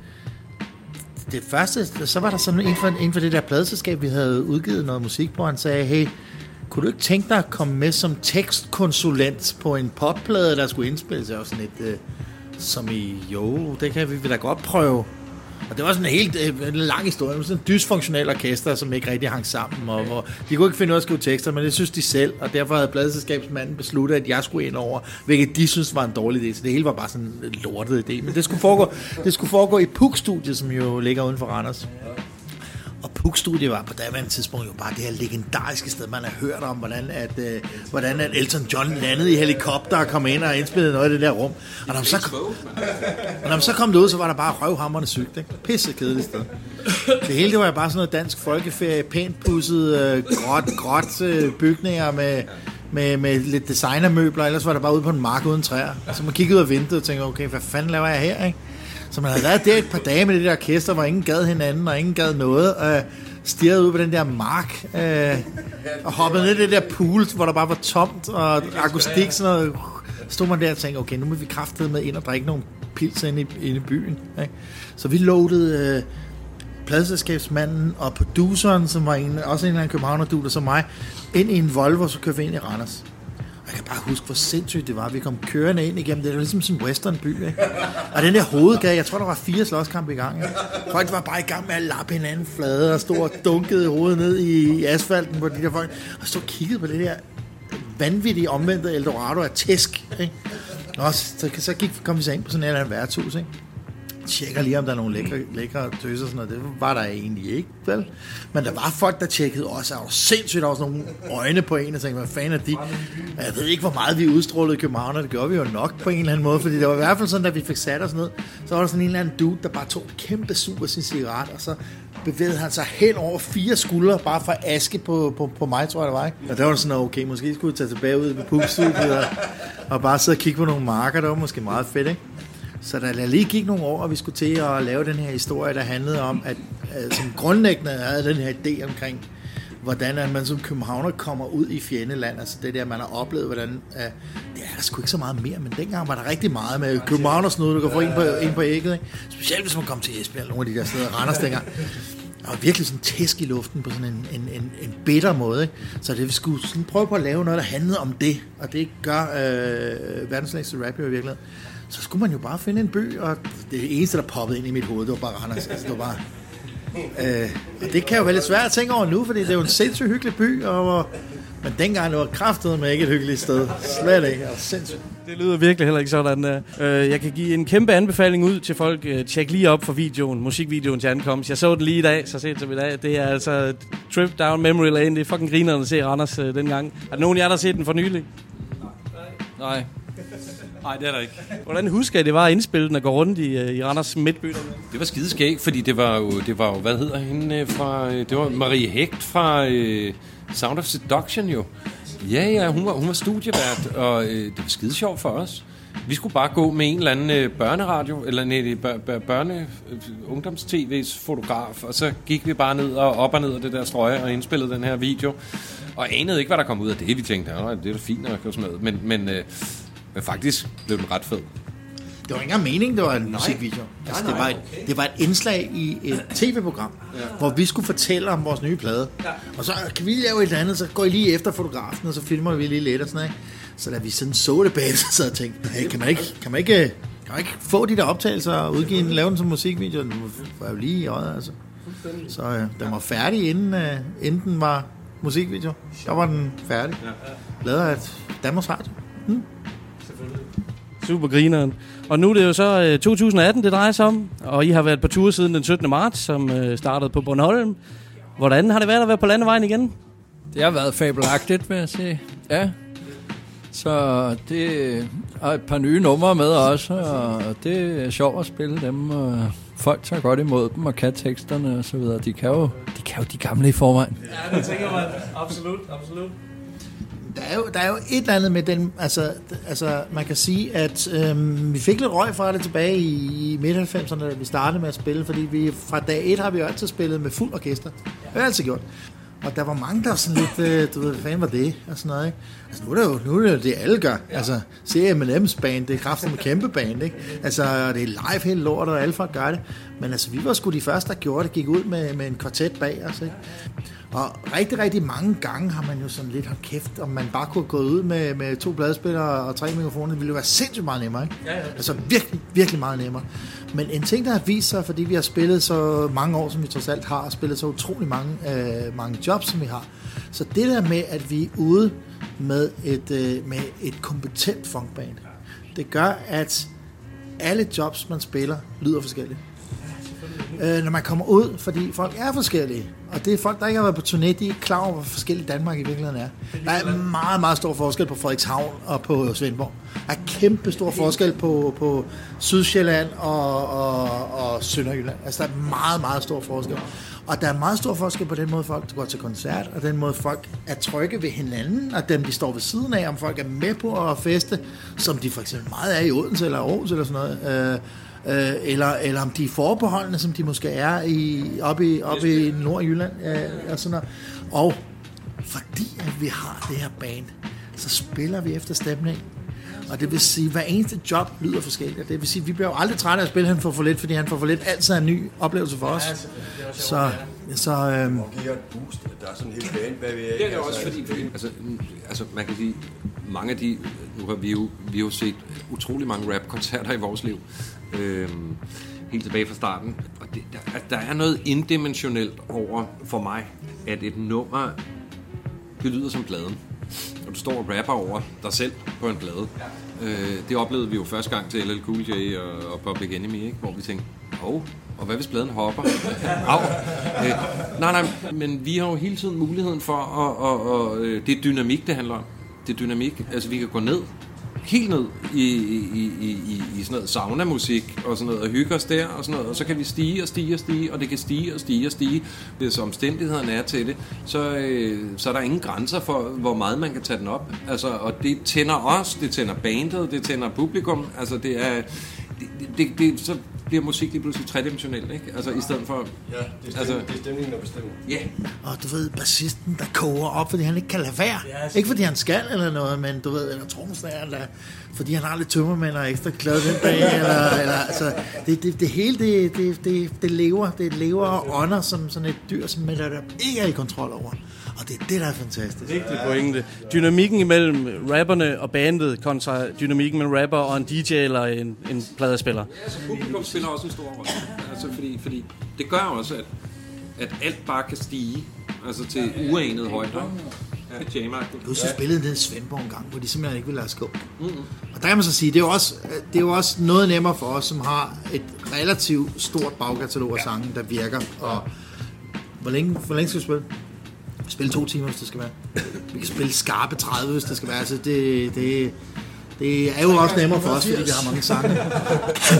det første, så var der sådan en for det der pladeselskab, vi havde udgivet noget musik på, han sagde, hey, kunne du ikke tænke dig at komme med som tekstkonsulent på en popplade, der skulle indspilles? Og sådan et, som i, jo, det kan vi da godt prøve. Og det var sådan en helt lang historie, sådan en dysfunktionel orkester, som ikke rigtig hang sammen, og hvor de kunne ikke finde ud af at skrive tekster, men det synes de selv, og derfor havde pladeselskabsmanden besluttet, at jeg skulle ind over, hvilket de synes var en dårlig idé, så det hele var bare sådan en lortet idé, men det skulle foregå i PUK-studiet, som jo ligger uden for Randers. Og PUK-studiet var på daværende tidspunkt jo bare det her legendariske sted, man har hørt om, hvordan at Elton John landede i helikopter og kom ind og indspillede noget i det der rum. Og når man så kom derud, så var der bare røvhamrende sygt, ikke? Pisse kedeligt sted. Det hele, det var jo bare sådan noget dansk folkeferie, pænt pudset, gråt bygninger med lidt designermøbler, ellers var der bare ude på en mark uden træer. Så man kiggede ud af vinduet og tænkte, okay, hvad fanden laver jeg her, ikke? Så man havde været der et par dage med det der orkester, hvor ingen gad hinanden, og ingen gad noget, og stirrede ud på den der mark, og hoppede ned i det der pool, hvor der bare var tomt, og akustik, sådan noget. Stod man der og tænkte, okay, nu må vi kraftedeme med ind og drikke nogle pils inde i byen. Ikke? Så vi loadede pladeselskabsmanden og produceren, som var også en eller anden københavner-duder som mig, ind i en Volvo, så kørte vi ind i Randers. Jeg kan bare huske, hvor sindssygt det var. Vi kom kørende ind igennem det. Det var ligesom sådan en westernby, ikke? Og den der hovedgade, jeg tror, der var 4 slåskampe i gang. Ikke? Folk var bare i gang med at lappe hinanden flade og stod og dunkede hovedet ned i asfalten på de der folk. Og stod og kiggede på det der vanvittige omvendte Eldorado af tæsk, ikke? Og så kom vi så ind på sådan en eller anden værtshus, ikke? Tjekker lige, om der er nogle lækre tøser og sådan noget. Det var der egentlig ikke, vel? Men der var folk, der tjekkede også. Der var sindssygt også nogle øjne på en, og tænkte, hvad fanden er de? Jeg ved ikke, hvor meget vi udstrålede i København, og det gjorde vi jo nok på en eller anden måde, fordi det var i hvert fald sådan, da vi fik sat os ned, så var der sådan en eller anden dude, der bare tog kæmpe super sin cigaret, og så bevægede han sig hen over 4 skuldre, bare fra aske på mig, tror jeg, det var, ikke? Og der var sådan, okay, måske skulle vi tage tilbage ud på PUK-studiet og bare sidde og kigge på nogle marker, det var måske meget fedt, ikke? Så der lige gik nogle år, og vi skulle til at lave den her historie, der handlede om, at som grundlæggende havde den her idé omkring, hvordan at man som københavner kommer ud i fjendeland, altså det der, man har oplevet, hvordan, det er der sgu ikke så meget mere, men dengang var der rigtig meget med københavnersnud, du kan få en på ægget, ikke? Specielt hvis man kom til Esbjerg, nogle af de der steder, Randers dengang. Der var virkelig sådan tæsk i luften på sådan en bitter måde, ikke? Så det vi skulle sådan prøve på at lave noget, der handlede om det, og det gør verdens længste rap i virkeligheden. Så skulle man jo bare finde en by, og det eneste, der poppede ind i mit hoved, det var bare Randers. Altså, det var bare... og det kan jo være lidt svært at tænke over nu, fordi det er jo en sindssygt hyggelig by, men dengang det var kraftedeme med ikke et hyggeligt sted. Slet ikke. Sindssygt. Det lyder virkelig heller ikke sådan. Jeg kan give en kæmpe anbefaling ud til folk. Tjek lige op for videoen, musikvideoen til Ankomst. Jeg så den lige i dag, så sent som i dag. Det er altså trip down memory lane. Det er fucking grinerende at se Randers dengang. Er der nogen af jer, der har set den for nylig? Nej. Nej, det er der ikke. Hvordan husker I, det var at indspille den og gå rundt i Randers midtby? Det var skideskægt, fordi det var jo, hvad hedder hende fra... Det var Marie Hægt fra Sound of Seduction jo. Ja, hun var studievært, og det var skide sjovt for os. Vi skulle bare gå med en eller anden børneradio, eller ungdoms-tv's fotograf, og så gik vi bare ned og op og ned af det der strøje og indspillede den her video, og anede ikke, hvad der kom ud af det. Vi tænkte, det er da fint nok og sådan noget, men faktisk blev den ret fed. Det var ikke engang mening, det var en musikvideo. Altså, det var et indslag i et tv-program, hvor vi skulle fortælle om vores nye plade. Ja. Og så kan vi lave et eller andet, så går I lige efter fotografen, og så filmer vi lige lidt og sådan noget. Så da vi sådan så det bag, så havde jeg tænkt, hey, kan man ikke få de der optagelser og lave den som musikvideo? Den var jo lige i øjet, altså. Så den var færdig, inden den var musikvideo. Der var den færdig. Lavet af Danmarks Radio. Super grineren. Og nu er det jo så 2018, det drejer sig om, og I har været på tur siden den 17. marts, som startede på Bornholm. Hvordan har det været at være på landevejen igen? Det har været fabelagtigt, vil jeg sige. Ja. Så det er et par nye numre med også, og det er sjovt at spille dem, og folk tager godt imod dem, og kan teksterne og så videre. De kan jo de gamle i forvejen. Ja, det tænker man. Absolut. Der er jo et eller andet med den, altså man kan sige, at vi fik lidt røg fra det tilbage i midt-90'erne, da vi startede med at spille, fordi vi fra dag 1 har vi jo altid spillet med fuld orkester. Det har vi altid gjort. Og der var mange, der var sådan lidt, du ved, hvad fanden var det? Og sådan noget, ikke? Altså, nu er det jo det, alle gør. Ja. Altså, se M&M's band, det er kraftigt med kæmpe band, ikke? Altså, det er live helt lort, og alle folk gør det. Men altså, vi var sgu de første, der gjorde det, gik ud med en kvartet bag os, ikke? Og rigtig, rigtig mange gange har man jo sådan lidt holdt kæft, om man bare kunne gå ud med 2 pladespillere og 3 mikrofoner, det ville jo være sindssygt meget nemmere, ikke? Ja. Altså, virkelig, virkelig meget nemmere. Men en ting, der har vist sig, fordi vi har spillet så mange år, som vi trods alt har, og spillet så utrolig mange jobs, som vi har. Så det der med, at vi er ude med et kompetent funkband, det gør, at alle jobs, man spiller, lyder forskelligt. Når man kommer ud, fordi folk er forskellige, og det er folk, der ikke har været på turné, de er ikke klar over, hvor forskellig Danmark i virkeligheden er. Der er meget, meget stor forskel på Frederikshavn og på Svendborg. Der er kæmpe stor forskel på Sydsjælland og Sønderjylland. Altså, der er meget, meget stor forskel. Og der er meget stor forskel på den måde, folk går til koncert, og den måde, folk er trygge ved hinanden, og dem, de står ved siden af, om folk er med på at feste, som de for eksempel meget er i Odense eller Aarhus eller sådan noget. Eller om de er forbeholdende, som de måske er oppe i Nordjylland og sådan noget. Og fordi at vi har det her band, så spiller vi efter stemning. Og det vil sige, at hver eneste job lyder forskelligt. Det vil sige, at vi bliver jo aldrig trætte af at spille, han får for lidt, fordi han får for lidt altid en ny oplevelse for os. Så og giver et boost, der er sådan en helt band bagved. Det er også fordi altså man kan sige, mange af de, nu har vi jo set utrolig mange rap-koncerter i vores liv, helt tilbage fra starten, og der er noget indimensionelt over for mig, at et nummer, det lyder som pladen. Og du står og rapper over dig selv på en plade. Det oplevede vi jo første gang til LL Cool J og Public Enemy, ikke? Hvor vi tænkte, og hvad hvis pladen hopper? Nej, men vi har jo hele tiden muligheden for, det er dynamik, det handler om. Det er dynamik, altså vi kan gå ned, helt ned i sådan noget sauna-musik og sådan noget, og hygge os der og sådan noget, og så kan vi stige, og det kan stige. Hvis omstændighederne er til det, så er der ingen grænser for, hvor meget man kan tage den op. Altså, og det tænder os, det tænder bandet, det tænder publikum, altså det er... så bliver musik lige pludselig tredimensionelt, ikke? Altså i stedet for... Ja, det er stemningen, der bestemmer. Ja. Og du ved, bassisten, der koger op, fordi han ikke kan lade være. Ja, ikke fordi han skal eller noget, men du ved, eller trommeslageren, fordi han har lidt tømmermænd og ekstra glad den dag, eller altså, det hele, det lever og ånder som sådan et dyr, som man der ikke er i kontrol over. Og det er det, der er fantastisk. Vigtig pointe. Dynamikken imellem rapperne og bandet kontra dynamikken mellem rapper og en DJ eller en pladespiller. Ja, så publikum spiller også en stor rolle. Altså, fordi det gør også, at alt bare kan stige altså til uanede højder. Ja, du så spillede den Svendborg en gang, hvor de simpelthen ikke ville lade os gå. Og der kan man så sige, det er jo også noget nemmere for os, som har et relativt stort bagkatalog af sange, der virker. Og hvor længe skal vi spille? Spille 2 timer, hvis det skal være. Vi kan spille skarpe 30, hvis det skal være. Altså, det er jo også nemmere for os, fordi vi har mange sange.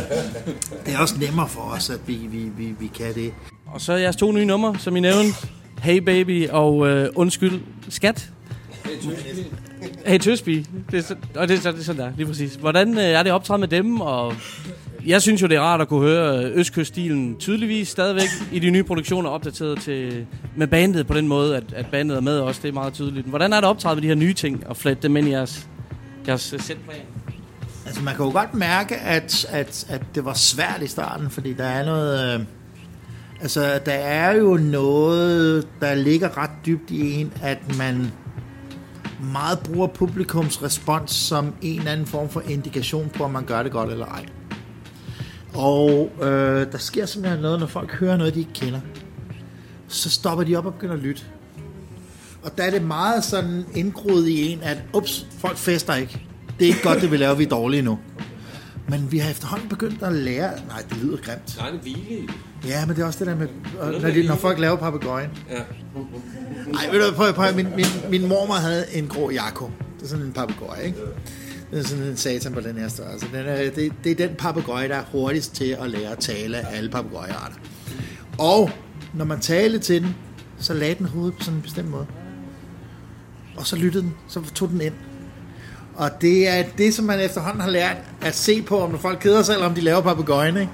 Det er også nemmere for os, at vi kan det. Og så jeres 2 nye numre, som I nævnte. Hey Baby og Undskyld Skat. Hey Tøsby. Og det er sådan der, lige præcis. Hvordan er det optræde med dem? Og jeg synes jo, det er rart at kunne høre Østkyst-stilen tydeligvis stadigvæk i de nye produktioner opdateret til, med bandet på den måde, at bandet er med også. Det er meget tydeligt. Hvordan er det optræde med de her nye ting og flette dem ind i jeres sætplan? Altså man kan jo godt mærke, at det var svært i starten, fordi der er noget... Altså der er jo noget, der ligger ret dybt i en, at man meget bruger publikums respons som en eller anden form for indikation på, om man gør det godt eller ej. Og der sker simpelthen noget, når folk hører noget, de ikke kender. Så stopper de op og begynder at lytte. Og der er det meget sådan indgroet i en, at ups, folk fester ikke. Det er ikke godt, det vi laver, vi er dårlige nu. Men vi har efterhånden begyndt at lære... Nej, det lyder grimt. Nej, det er hvile. Ja, men det er også det der med... Når folk laver papegøjen. Ja. Ej, ved du, prøv. Min mormor havde en grå Jakob. Det er sådan en papegøje, ikke? Det er sådan en satan på den her størrelse. Det er den papegøje, der er hurtigst til at lære at tale af alle papegøjearter. Og når man talte til den, så lagde den hovedet på sådan en bestemt måde. Og så lyttede den, så tog den ind. Og det er det, som man efterhånden har lært at se på, om når folk keder sig, eller om de laver papegøjen, ikke?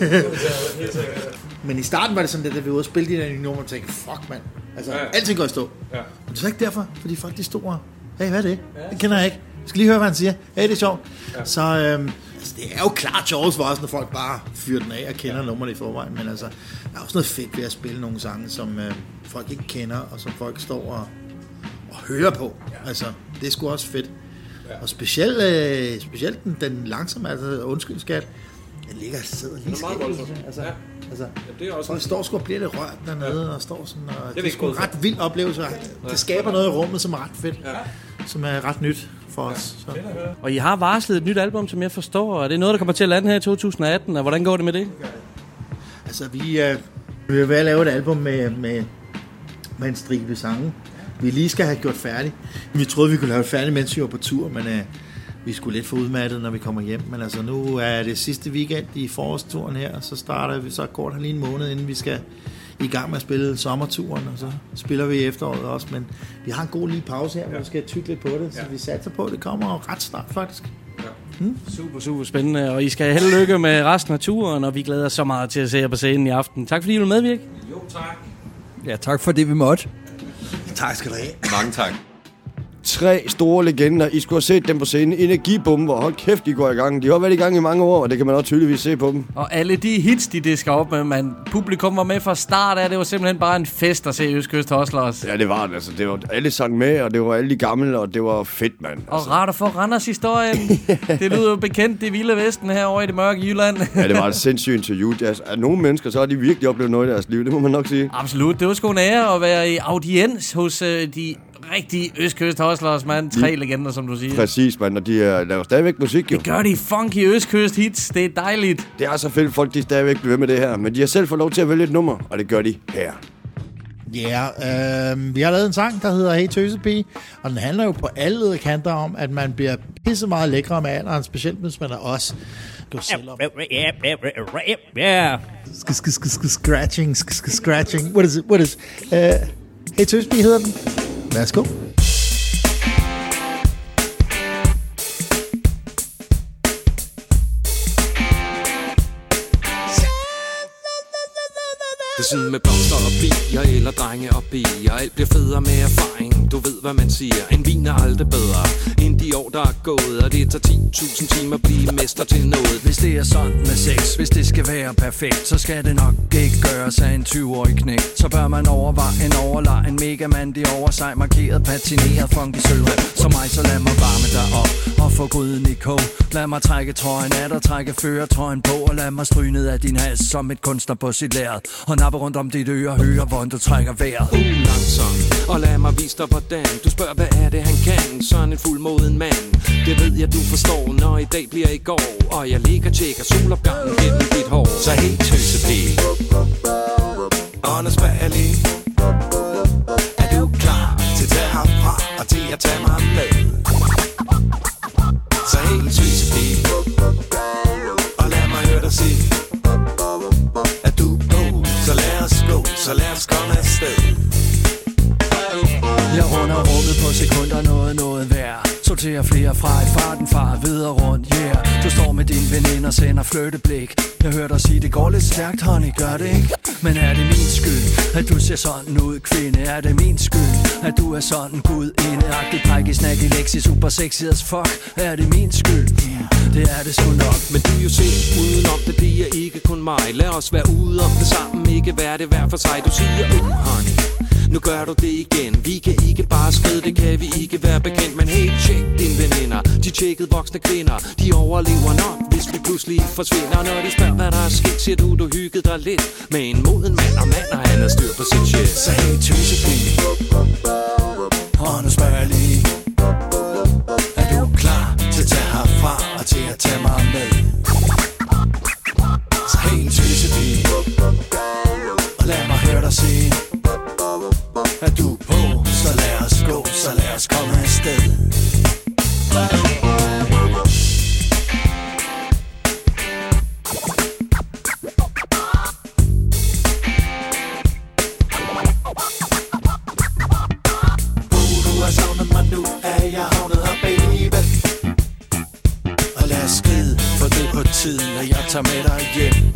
Men i starten var det sådan, at da vi var ude og spille de der nye nummer, og tænkte, fuck mand, altså alting går i stå. Ja. Men det var ikke derfor, fordi folk de stod og, hey, hvad er det? Det kender jeg ikke. Jeg skal lige høre, hvad han siger. Hey, det er sjovt. Ja. Så altså, det er jo klart sjovt for os, når folk bare fyrer den af og kender nummerne i forvejen, men altså, der er også noget fedt ved at spille nogle sange, som folk ikke kender, og som folk står og hører på. Ja. Altså, det er sgu også fedt. Ja. Og specielt den langsomme, altså Undskyld Skat, den ligger og sidder lige skægt. Altså, det er også folk står sgu og bliver lidt rørt dernede, og står sådan, og det er sgu en ret vild oplevelse. Det skaber noget i rummet, som er ret fedt, som er ret nyt for os. Så. Og I har varslet et nyt album, som jeg forstår, og det er noget, der kommer til at lande her i 2018, og hvordan går det med det? Altså, vi er ved at lave et album med en stribe sange, vi lige skal have gjort færdigt. Vi troede, vi kunne lave det færdigt, mens vi var på tur, men vi skulle lidt for udmattet, når vi kommer hjem. Men altså, nu er det sidste weekend i forårsturen her, og så starter vi, så går der lige en måned, inden vi skal i gang med at spille sommerturen, og så spiller vi i efteråret også. Men vi har en god lille pause her, hvor vi skal tykke lidt på det, så vi satser på, det kommer jo ret snart faktisk. Super spændende, og I skal held og lykke med resten af turen, og vi glæder os så meget til at se jer på scenen i aften. Tak fordi I vil medvirke. Jo, tak. Ja, tak for det, vi måtte. Tak skal du have. Mange tak. 3 store legender. I skulle have set dem på scenen. Energibomber. Hold kæft, de går i gang. De har været i gang i mange år, og det kan man også tydeligvis se på dem. Og alle de hits, de disker op med, man. Publikum var med fra start af. Det var simpelthen bare en fest at se Østkyst Hustlers. Ja, det var det. Altså, det var alle sang med, og det var alle de gamle, og det var fedt, mand. Altså. Og rart at få Randers historien. Det lyder jo bekendt, det vilde vesten herovre i det mørke Jylland. Ja, det var et sindssygt interview. Altså, nogle mennesker, så har de virkelig oplevet noget i deres liv. Det må man nok sige. Absolut. Det var sgu en ære at være i audiens hos de rigtig Østkyst Hustlers, mand. 3 legender, som du siger. Præcis, mand. Og de laver stadigvæk musik, jo. Det gør de funky Østkyst hits. Det er dejligt. Det er så fedt, folk de stadigvæk bliver ved med det her. Men de har selv fået lov til at vælge et nummer, og det gør de her. Ja, vi har lavet en sang, der hedder Hey Tøsepige, og den handler jo på alle kanter om, at man bliver pisse meget lækre med alderen, specielt hvis man er os. Yeah. Scratching. What is Hey Tøsepige hedder den. Værsgo. Det er sådan med blomster og bier eller drenge og bier. Alt bliver federe med erfaring, du ved hvad man siger. En vin er aldrig bedre end de år der er gået. Og det tager 10.000 timer at blive mester til noget. Hvis det er sådan med sex, hvis det skal være perfekt, så skal det nok ikke gøres af en 20-årig knæk. Så bør man overveje en overlegen megamandig over sig, markeret, patineret, funky sølvrem. Så mig, så lad mig varme dig op og få gryden i kog. Lad mig trække trøjen af dig, trække førertrøjen på, og lad mig stryge ned af din hals som et kunstner på sit lærred. Og nappe rundt om dit øre, høre hvordan du trækker vejret. Langsomt, og lad mig vise dig hvordan. Du spørger hvad er det han kan, sådan en fuldmoden mand. Det ved jeg du forstår, når i dag bliver i går. Og jeg ligger og tjekker solopgangen gennem dit hår. Så helt tøsepige, åndesbærlig. Er du klar til at tage herfra og til at tage mig med? Så helt tøsepige, og lad mig høre dig sige, at du er god. Så lad os gå, så lad os komme afsted. kun der noget værd. Sorterer flere fra i farten, far videre rundt, yeah. Du står med din veninde og sender flytteblik. Jeg hørte dig sige, det går lidt stærkt, honey, gør det ikke? Men er det min skyld, at du ser sådan ud, kvinde? Er det min skyld, at du er sådan gudindeagtig, prækig, snakke, lexi, super sexy as fuck? Er det min skyld? Det er det sgu nok. Men du jo se udenom, det bliver ikke kun mig. Lad os være ude om det sammen, ikke være det hver for sig. Du siger, honey, nu gør du det igen. Vi kan ikke bare skride, det kan vi ikke være bekendt. Men hey, tjek dine veninder, de tjekkede voksne kvinder. De overlever nok, hvis vi pludselig forsvinder. Når de spørger, hvad der er sket, siger du hyggede dig lidt med en moden mand, og han har styr på sit shit. Så hey, tøsepige, og nu spørger jeg lige, er du klar til at tage herfra og til at tage mig med? Så hey, tøsepige, og lad mig høre dig sige, er du på, så lad os gå, så lad os komme afsted. Du har savnet mig, nu er jeg havnet her, baby. Og lad os skride, for det er på tiden, at jeg tager med dig hjem.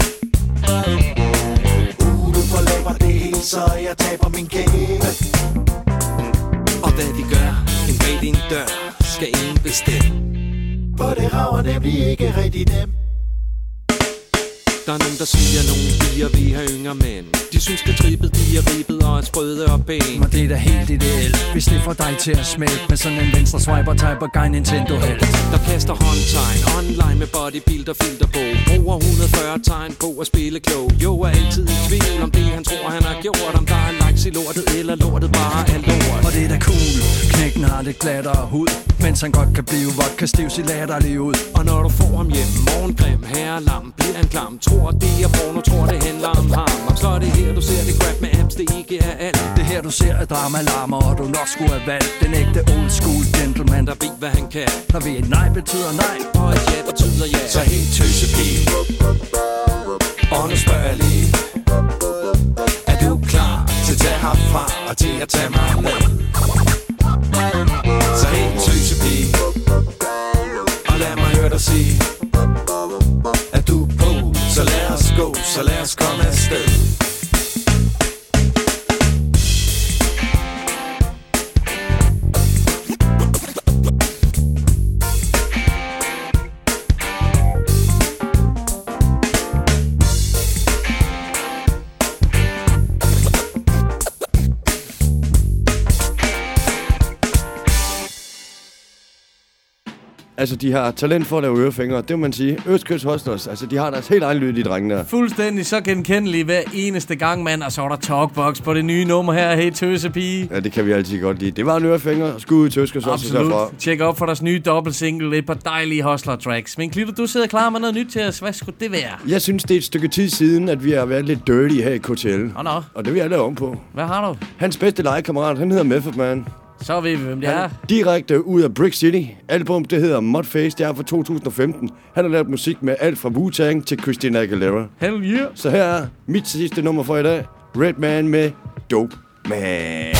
Du forlaber det hele, så jeg taber min game. Og hvad vi gør, en bag din dør, skal ingen bestemme. For det rager nemlig ikke rigtig dem. Der er nogen, der siger, at nogle piger vil have yngre mænd. De synes, det trippet, de er ribbet og er sprøde og pæne. Men det er da helt ideelt, hvis det får dig til at smelte med sådan en venstre swiper type guy Nintendo helt. Der kaster håndtegn online med bodybuilder filter på. Bruger 140 tegn på at spille klog. Jo er altid i tvivl om det, han tror, han har gjort. Om der er likes i lortet, eller lortet bare er lort. Og det er da cool, knækken har lidt glattere hud, mens han godt kan blive vodka stiv, sig latterlig ud. Og når du får ham hjem, morgengrim, herrelam, bliver han klam. Tror det er porno, tror det handler om ham. Om så er det her, du ser det crap med abs, det ikke er alt. Det her, du ser er drama-larmer, og du nok skulle have valgt den ægte old school gentleman, der ved, hvad han kan. Der ved, et nej betyder nej, og et ja betyder ja. Så helt tøsepige, og nu spørger jeg lige, er du klar til at tage herfra og til at tage mig med? Så helt tøsepige, og lad mig høre dig sige, er du på, så lad os gå, så lad os komme afsted. Altså, de har talent for at lave ørefingre, det må man sige. Østkyst Hustlers, altså, de har deres helt egen lyd, de drenge der. Fuldstændig så genkendelige hver eneste gang, mand. Og så var der talkbox på det nye nummer her, Hey Tøsepige. Ja, det kan vi altid godt lide. Det var en ørefingre, skud i Tøskers også herfra. Tjek op for deres nye dobbeltsingle, et par dejlige Hustler-tracks. Men Klitter, du sidder klar med noget nyt til os. Hvad skulle det være? Jeg synes, det er et stykke tid siden, at vi har været lidt dirty her i KTL. Og det vil jeg lave om på. Hvad har du? Hans bedste legekammerat, han hedder Method Man. Så ved vi, hvem det er. Direkte ud af Brick City. Album, det hedder Mudface, det er fra 2015. Han har lavet musik med alt fra Wu-Tang til Christina Aguilera. Hell yeah. Så her er mit sidste nummer for i dag. Redman med Dope Man.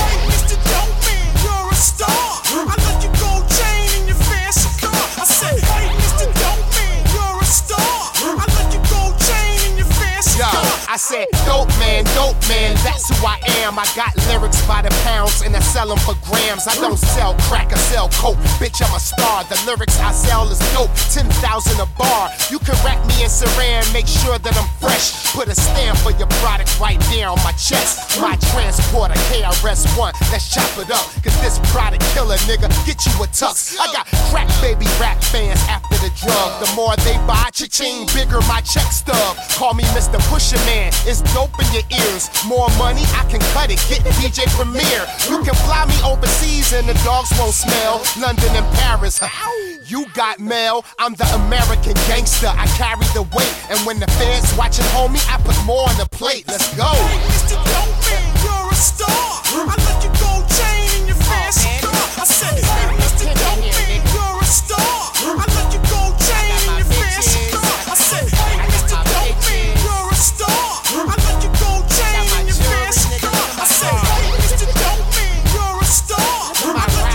I said, dope man, that's who I am. I got lyrics by the pounds and I sell them for grams. I don't sell crack, I sell coke. Bitch, I'm a star. The lyrics I sell is dope. 10,000 a bar. You can rap me in Saran, make sure that I'm fresh. Put a stamp for your product right there on my chest. My transporter, KRS-One, let's chop it up. Cause this product killer, nigga, get you a tux. I got crack baby rap fans after the drug. The more they buy, cha-ching, bigger my check stub. Call me Mr. Pusher Man, it's dope in your ears. More money, I can cut it, get DJ Premier. You can fly me overseas and the dogs won't smell. London and Paris, you got mail. I'm the American gangster, I carry the weight. And when the feds watching, homie, I put more on the plate. Let's go. Hey, Mr. Dope Man, you're a star. I like your gold chain and your fancy car. I said, hey, Mr. Dope Man, you're a star. I like your gold chain and your fancy car. I said, hey, Mr. Dope Man, you're a star. I like your gold chain and your fancy car. I said, hey, Mr. Dope Man, you're a star. I like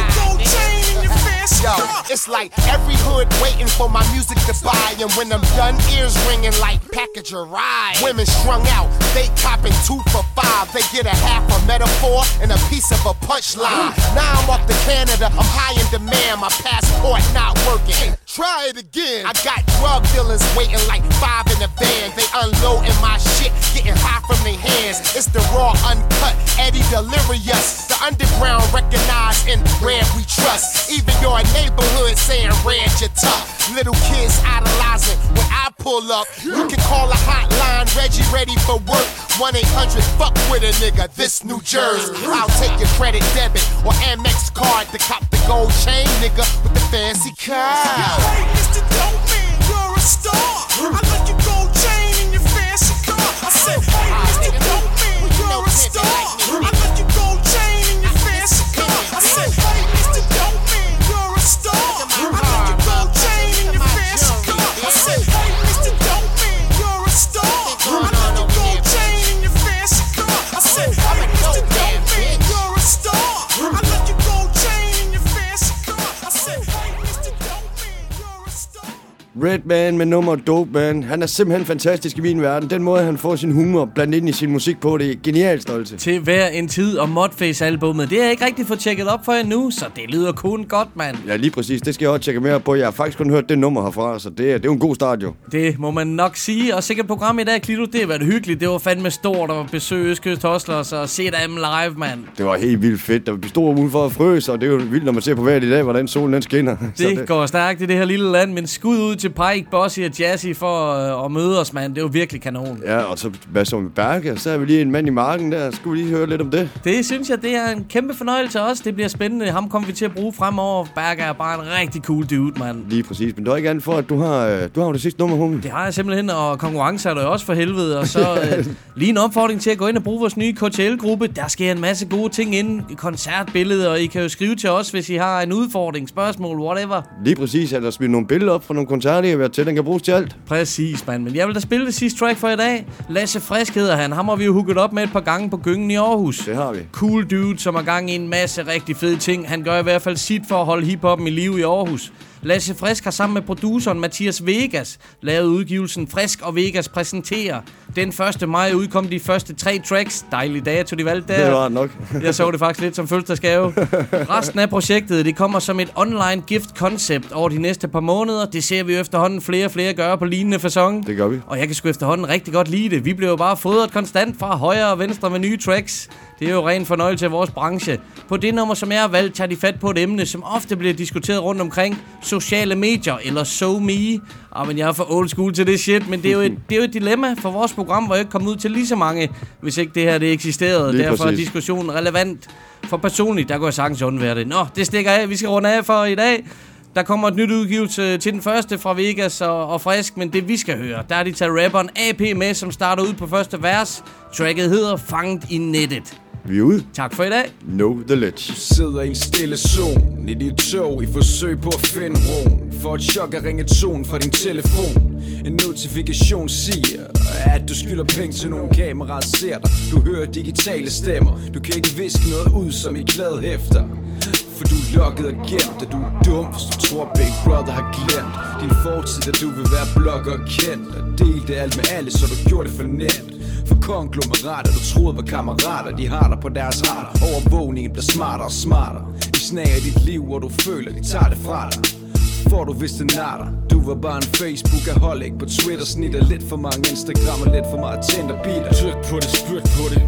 like every hood waiting for my music to buy. And when I'm done, ears ringing like package a ride. Women strung out, they copping 2 for $5. They get a half a metaphor and a piece of a punchline. Now I'm off to Canada, I'm high in demand. My passport not working. Try it again. I got drug dealers waiting like 5 in the van. They unloading my shit, getting high from their hands. It's the raw, uncut, Eddie Delirious. The underground recognized in Red we trust. Even your neighborhood saying Red you're tough. Little kids idolizing when I pull up. You can call a hotline, Reggie ready for work. 1-800 fuck with a nigga, this New Jersey. I'll take your credit debit or Amex card to cop the gold chain, nigga, with the fancy car. Yo, hey, Mr. Dope Man, you're a star. I like your gold chain and your fancy car. I said, hey, Mr. Dope Man, you're a star. I like your gold chain and your fancy car. I said, hey, Mr. Dope Man, you're a star. I like your gold chain and your fancy car. I said, hey, Mr. Dope Man, you're a star. I like your gold chain and your fancy car. I said, hey, Mr. Dope Man, you're a star. I like your gold chain and your fancy car. I said, hey, Mr. Dope Man, you're a star. Redman med nummer Dope Man. Han er simpelthen fantastisk i min verden. Den måde, han får sin humor blandt ind i sin musik på, det er genialt stolte. Til hver en tid, og Mudface-albummet, det har jeg ikke rigtig fået tjekket op for endnu, så det lyder kun godt, mand. Ja, lige præcis. Det skal jeg også tjekke mere på. Jeg har faktisk kun hørt det nummer herfra, så det er jo en god start, jo. Det må man nok sige. Og sikkert program i dag, Klito, det har været hyggeligt. Det var fandme stort at besøge Østkyst Hustlers og se dem live, mand. Det var helt vildt fedt. Der stod udenfor at frøse, og det er jo vildt, når man ser på vejret i dag, hvordan solen den skinner. Det går stærkt i det her lille land, men skud ud til Pike, Bossy og Jazzy for at møde os, mand. Det er jo virkelig kanon. Ja, og så hvad så med Berke? Så er vi lige en mand i marken der. Skulle vi lige høre lidt om det? Det synes jeg, det er en kæmpe fornøjelse også. Det bliver spændende. Ham kommer vi til at bruge fremover. Berke er bare en rigtig cool dude, mand. Lige præcis. Men det er ikke andet for, at du har jo det sidste nummer, homie. Det har jeg simpelthen, og konkurrence er der jo også for helvede. Og så lige en opfordring til at gå ind og bruge vores nye KTL-gruppe. Der sker en masse gode ting inde i koncertbilledet, og I kan jo skrive til os, hvis I har en udfordring, spørgsmål, whatever. Lige præcis. Eller smide nogle billeder op fra nogle koncerter, jeg vil være til. Den kan bruges til alt. Præcis, mand. Men jeg vil da spille det sidste track for i dag. Lasse Frisk hedder han. Ham har vi jo hooket op med et par gange på Gyngen i Aarhus. Det har vi. Cool dude, som er gang i en masse rigtig fede ting. Han gør i hvert fald sit for at holde hiphoppen i live i Aarhus. Lasse Frisk har sammen med produceren Mathias Vegas lavet udgivelsen Frisk og Vegas præsenterer. Den 1. maj udkom de første 3 tracks. Dejlig dato, de valgte der. Det var nok. Jeg så det faktisk lidt som fødselsdagsgave. Resten af projektet, det kommer som et online gift concept over de næste par måneder. Det ser vi efterhånden flere og flere gøre på lignende facon. Det gør vi. Og jeg kan sgu efterhånden rigtig godt lide det. Vi bliver jo bare fodret konstant fra højre og venstre med nye tracks. Det er jo ren fornøjelse af vores branche. På det nummer, som jeg har valgt, tager de fat på et emne, som ofte bliver diskuteret rundt omkring sociale medier, eller SoMe. Men jeg er for old school til det shit, men det er jo et dilemma for vores program, hvor jeg ikke kommer ud til lige så mange, hvis ikke det her det eksisterede. Lige derfor præcis. er diskussionen relevant. For personligt, der går jeg sagtens undvære det. Nå, det stikker af. Vi skal runde af for i dag. Der kommer et nyt udgivelse til den første fra Vegas og Frisk, men det vi skal høre, der er de taget rapperen AP med, som starter ud på første vers. Tracket hedder Fanget i nettet. Vi er ude. Tak for i dag. Know the ledge. Du sidder i en stille zone i dit tog i forsøg på at finde roen. For et chok at ringe tonen fra din telefon. En notifikation siger, at du skylder penge til nogle kameraer ser dig. Du hører digitale stemmer. Du kan ikke viske noget ud som i glad hæfter. For du er lukket og gemt, og du er dum, hvis du tror Big Brother har glemt din fortid, at du vil være blogger og kendt. Og del det alt med alle, så du gjorde det for nemt. For konglomerater, du troede var kammerater, de har dig på deres radar. Overvågningen bliver smartere og smartere. De snager i dit liv, hvor du føler, de tager det fra dig. For du vidste natter. Du var bare en Facebook-aholic. På Twitter snitter lidt for mange Instagram og lidt for meget Tinder biler. Tryk på det, spyt på det.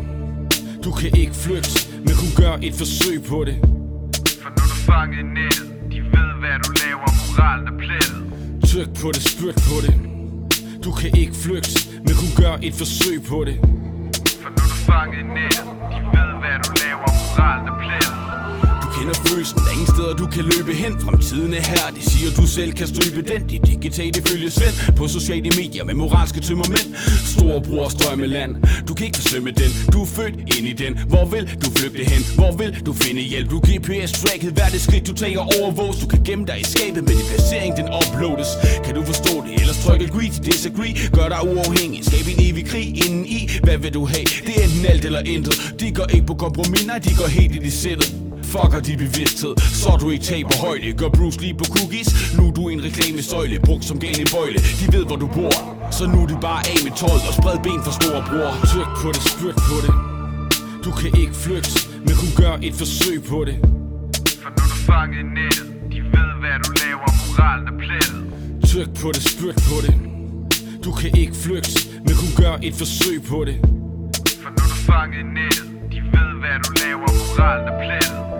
Du kan ikke flygte, men kun gør et forsøg på det. For nu er du fanget i nettet. De ved hvad du laver, moralen er plettet. Tryk på det, spyt på det. Du kan ikke flygte, men kun gør et forsøg på det. For nu er du fanget i nettet. De ved hvad du laver, moralen er plettet. Kender følelsen, der er ingen steder du kan løbe hen. Fremtiden er her, de siger du selv kan strybe den. De digitale følge Svend på sociale medier med moralske tømmermænd. Storebror strømmeland, du kan ikke forsømme den. Du er født ind i den, hvor vil du flygte hen? Hvor vil du finde hjælp? Du GPS-tracket, hvert et skridt du tager overvåges. Du kan gemme dig i skabet, men din placering den uploades. Kan du forstå det? Ellers tryk agree til disagree. Gør dig uafhængig, skab en evig krig inden i. Hvad vil du have? Det er enten alt eller intet. De går ikke på kompromis, nej de går helt i det sættet. fucker din bevidsthed, så du ikke taber højde. Gør Bruce Lee på cookies, nu er du en reklamesøjle, brugt som gal en bøjle. De ved hvor du bor, så nu er det bare af med tøjet og spred ben for storebror. Tryk på det, spyt på det. Du kan ikke flygte, men kun gør et forsøg på det. For nu er du fanget i nettet, de ved hvad du laver, moralen er plettet. Tryk på det, spyt på det. Du kan ikke flygte, men kun gør et forsøg på det. For nu er du fanget i nettet, de ved hvad du laver, moralen er plettet.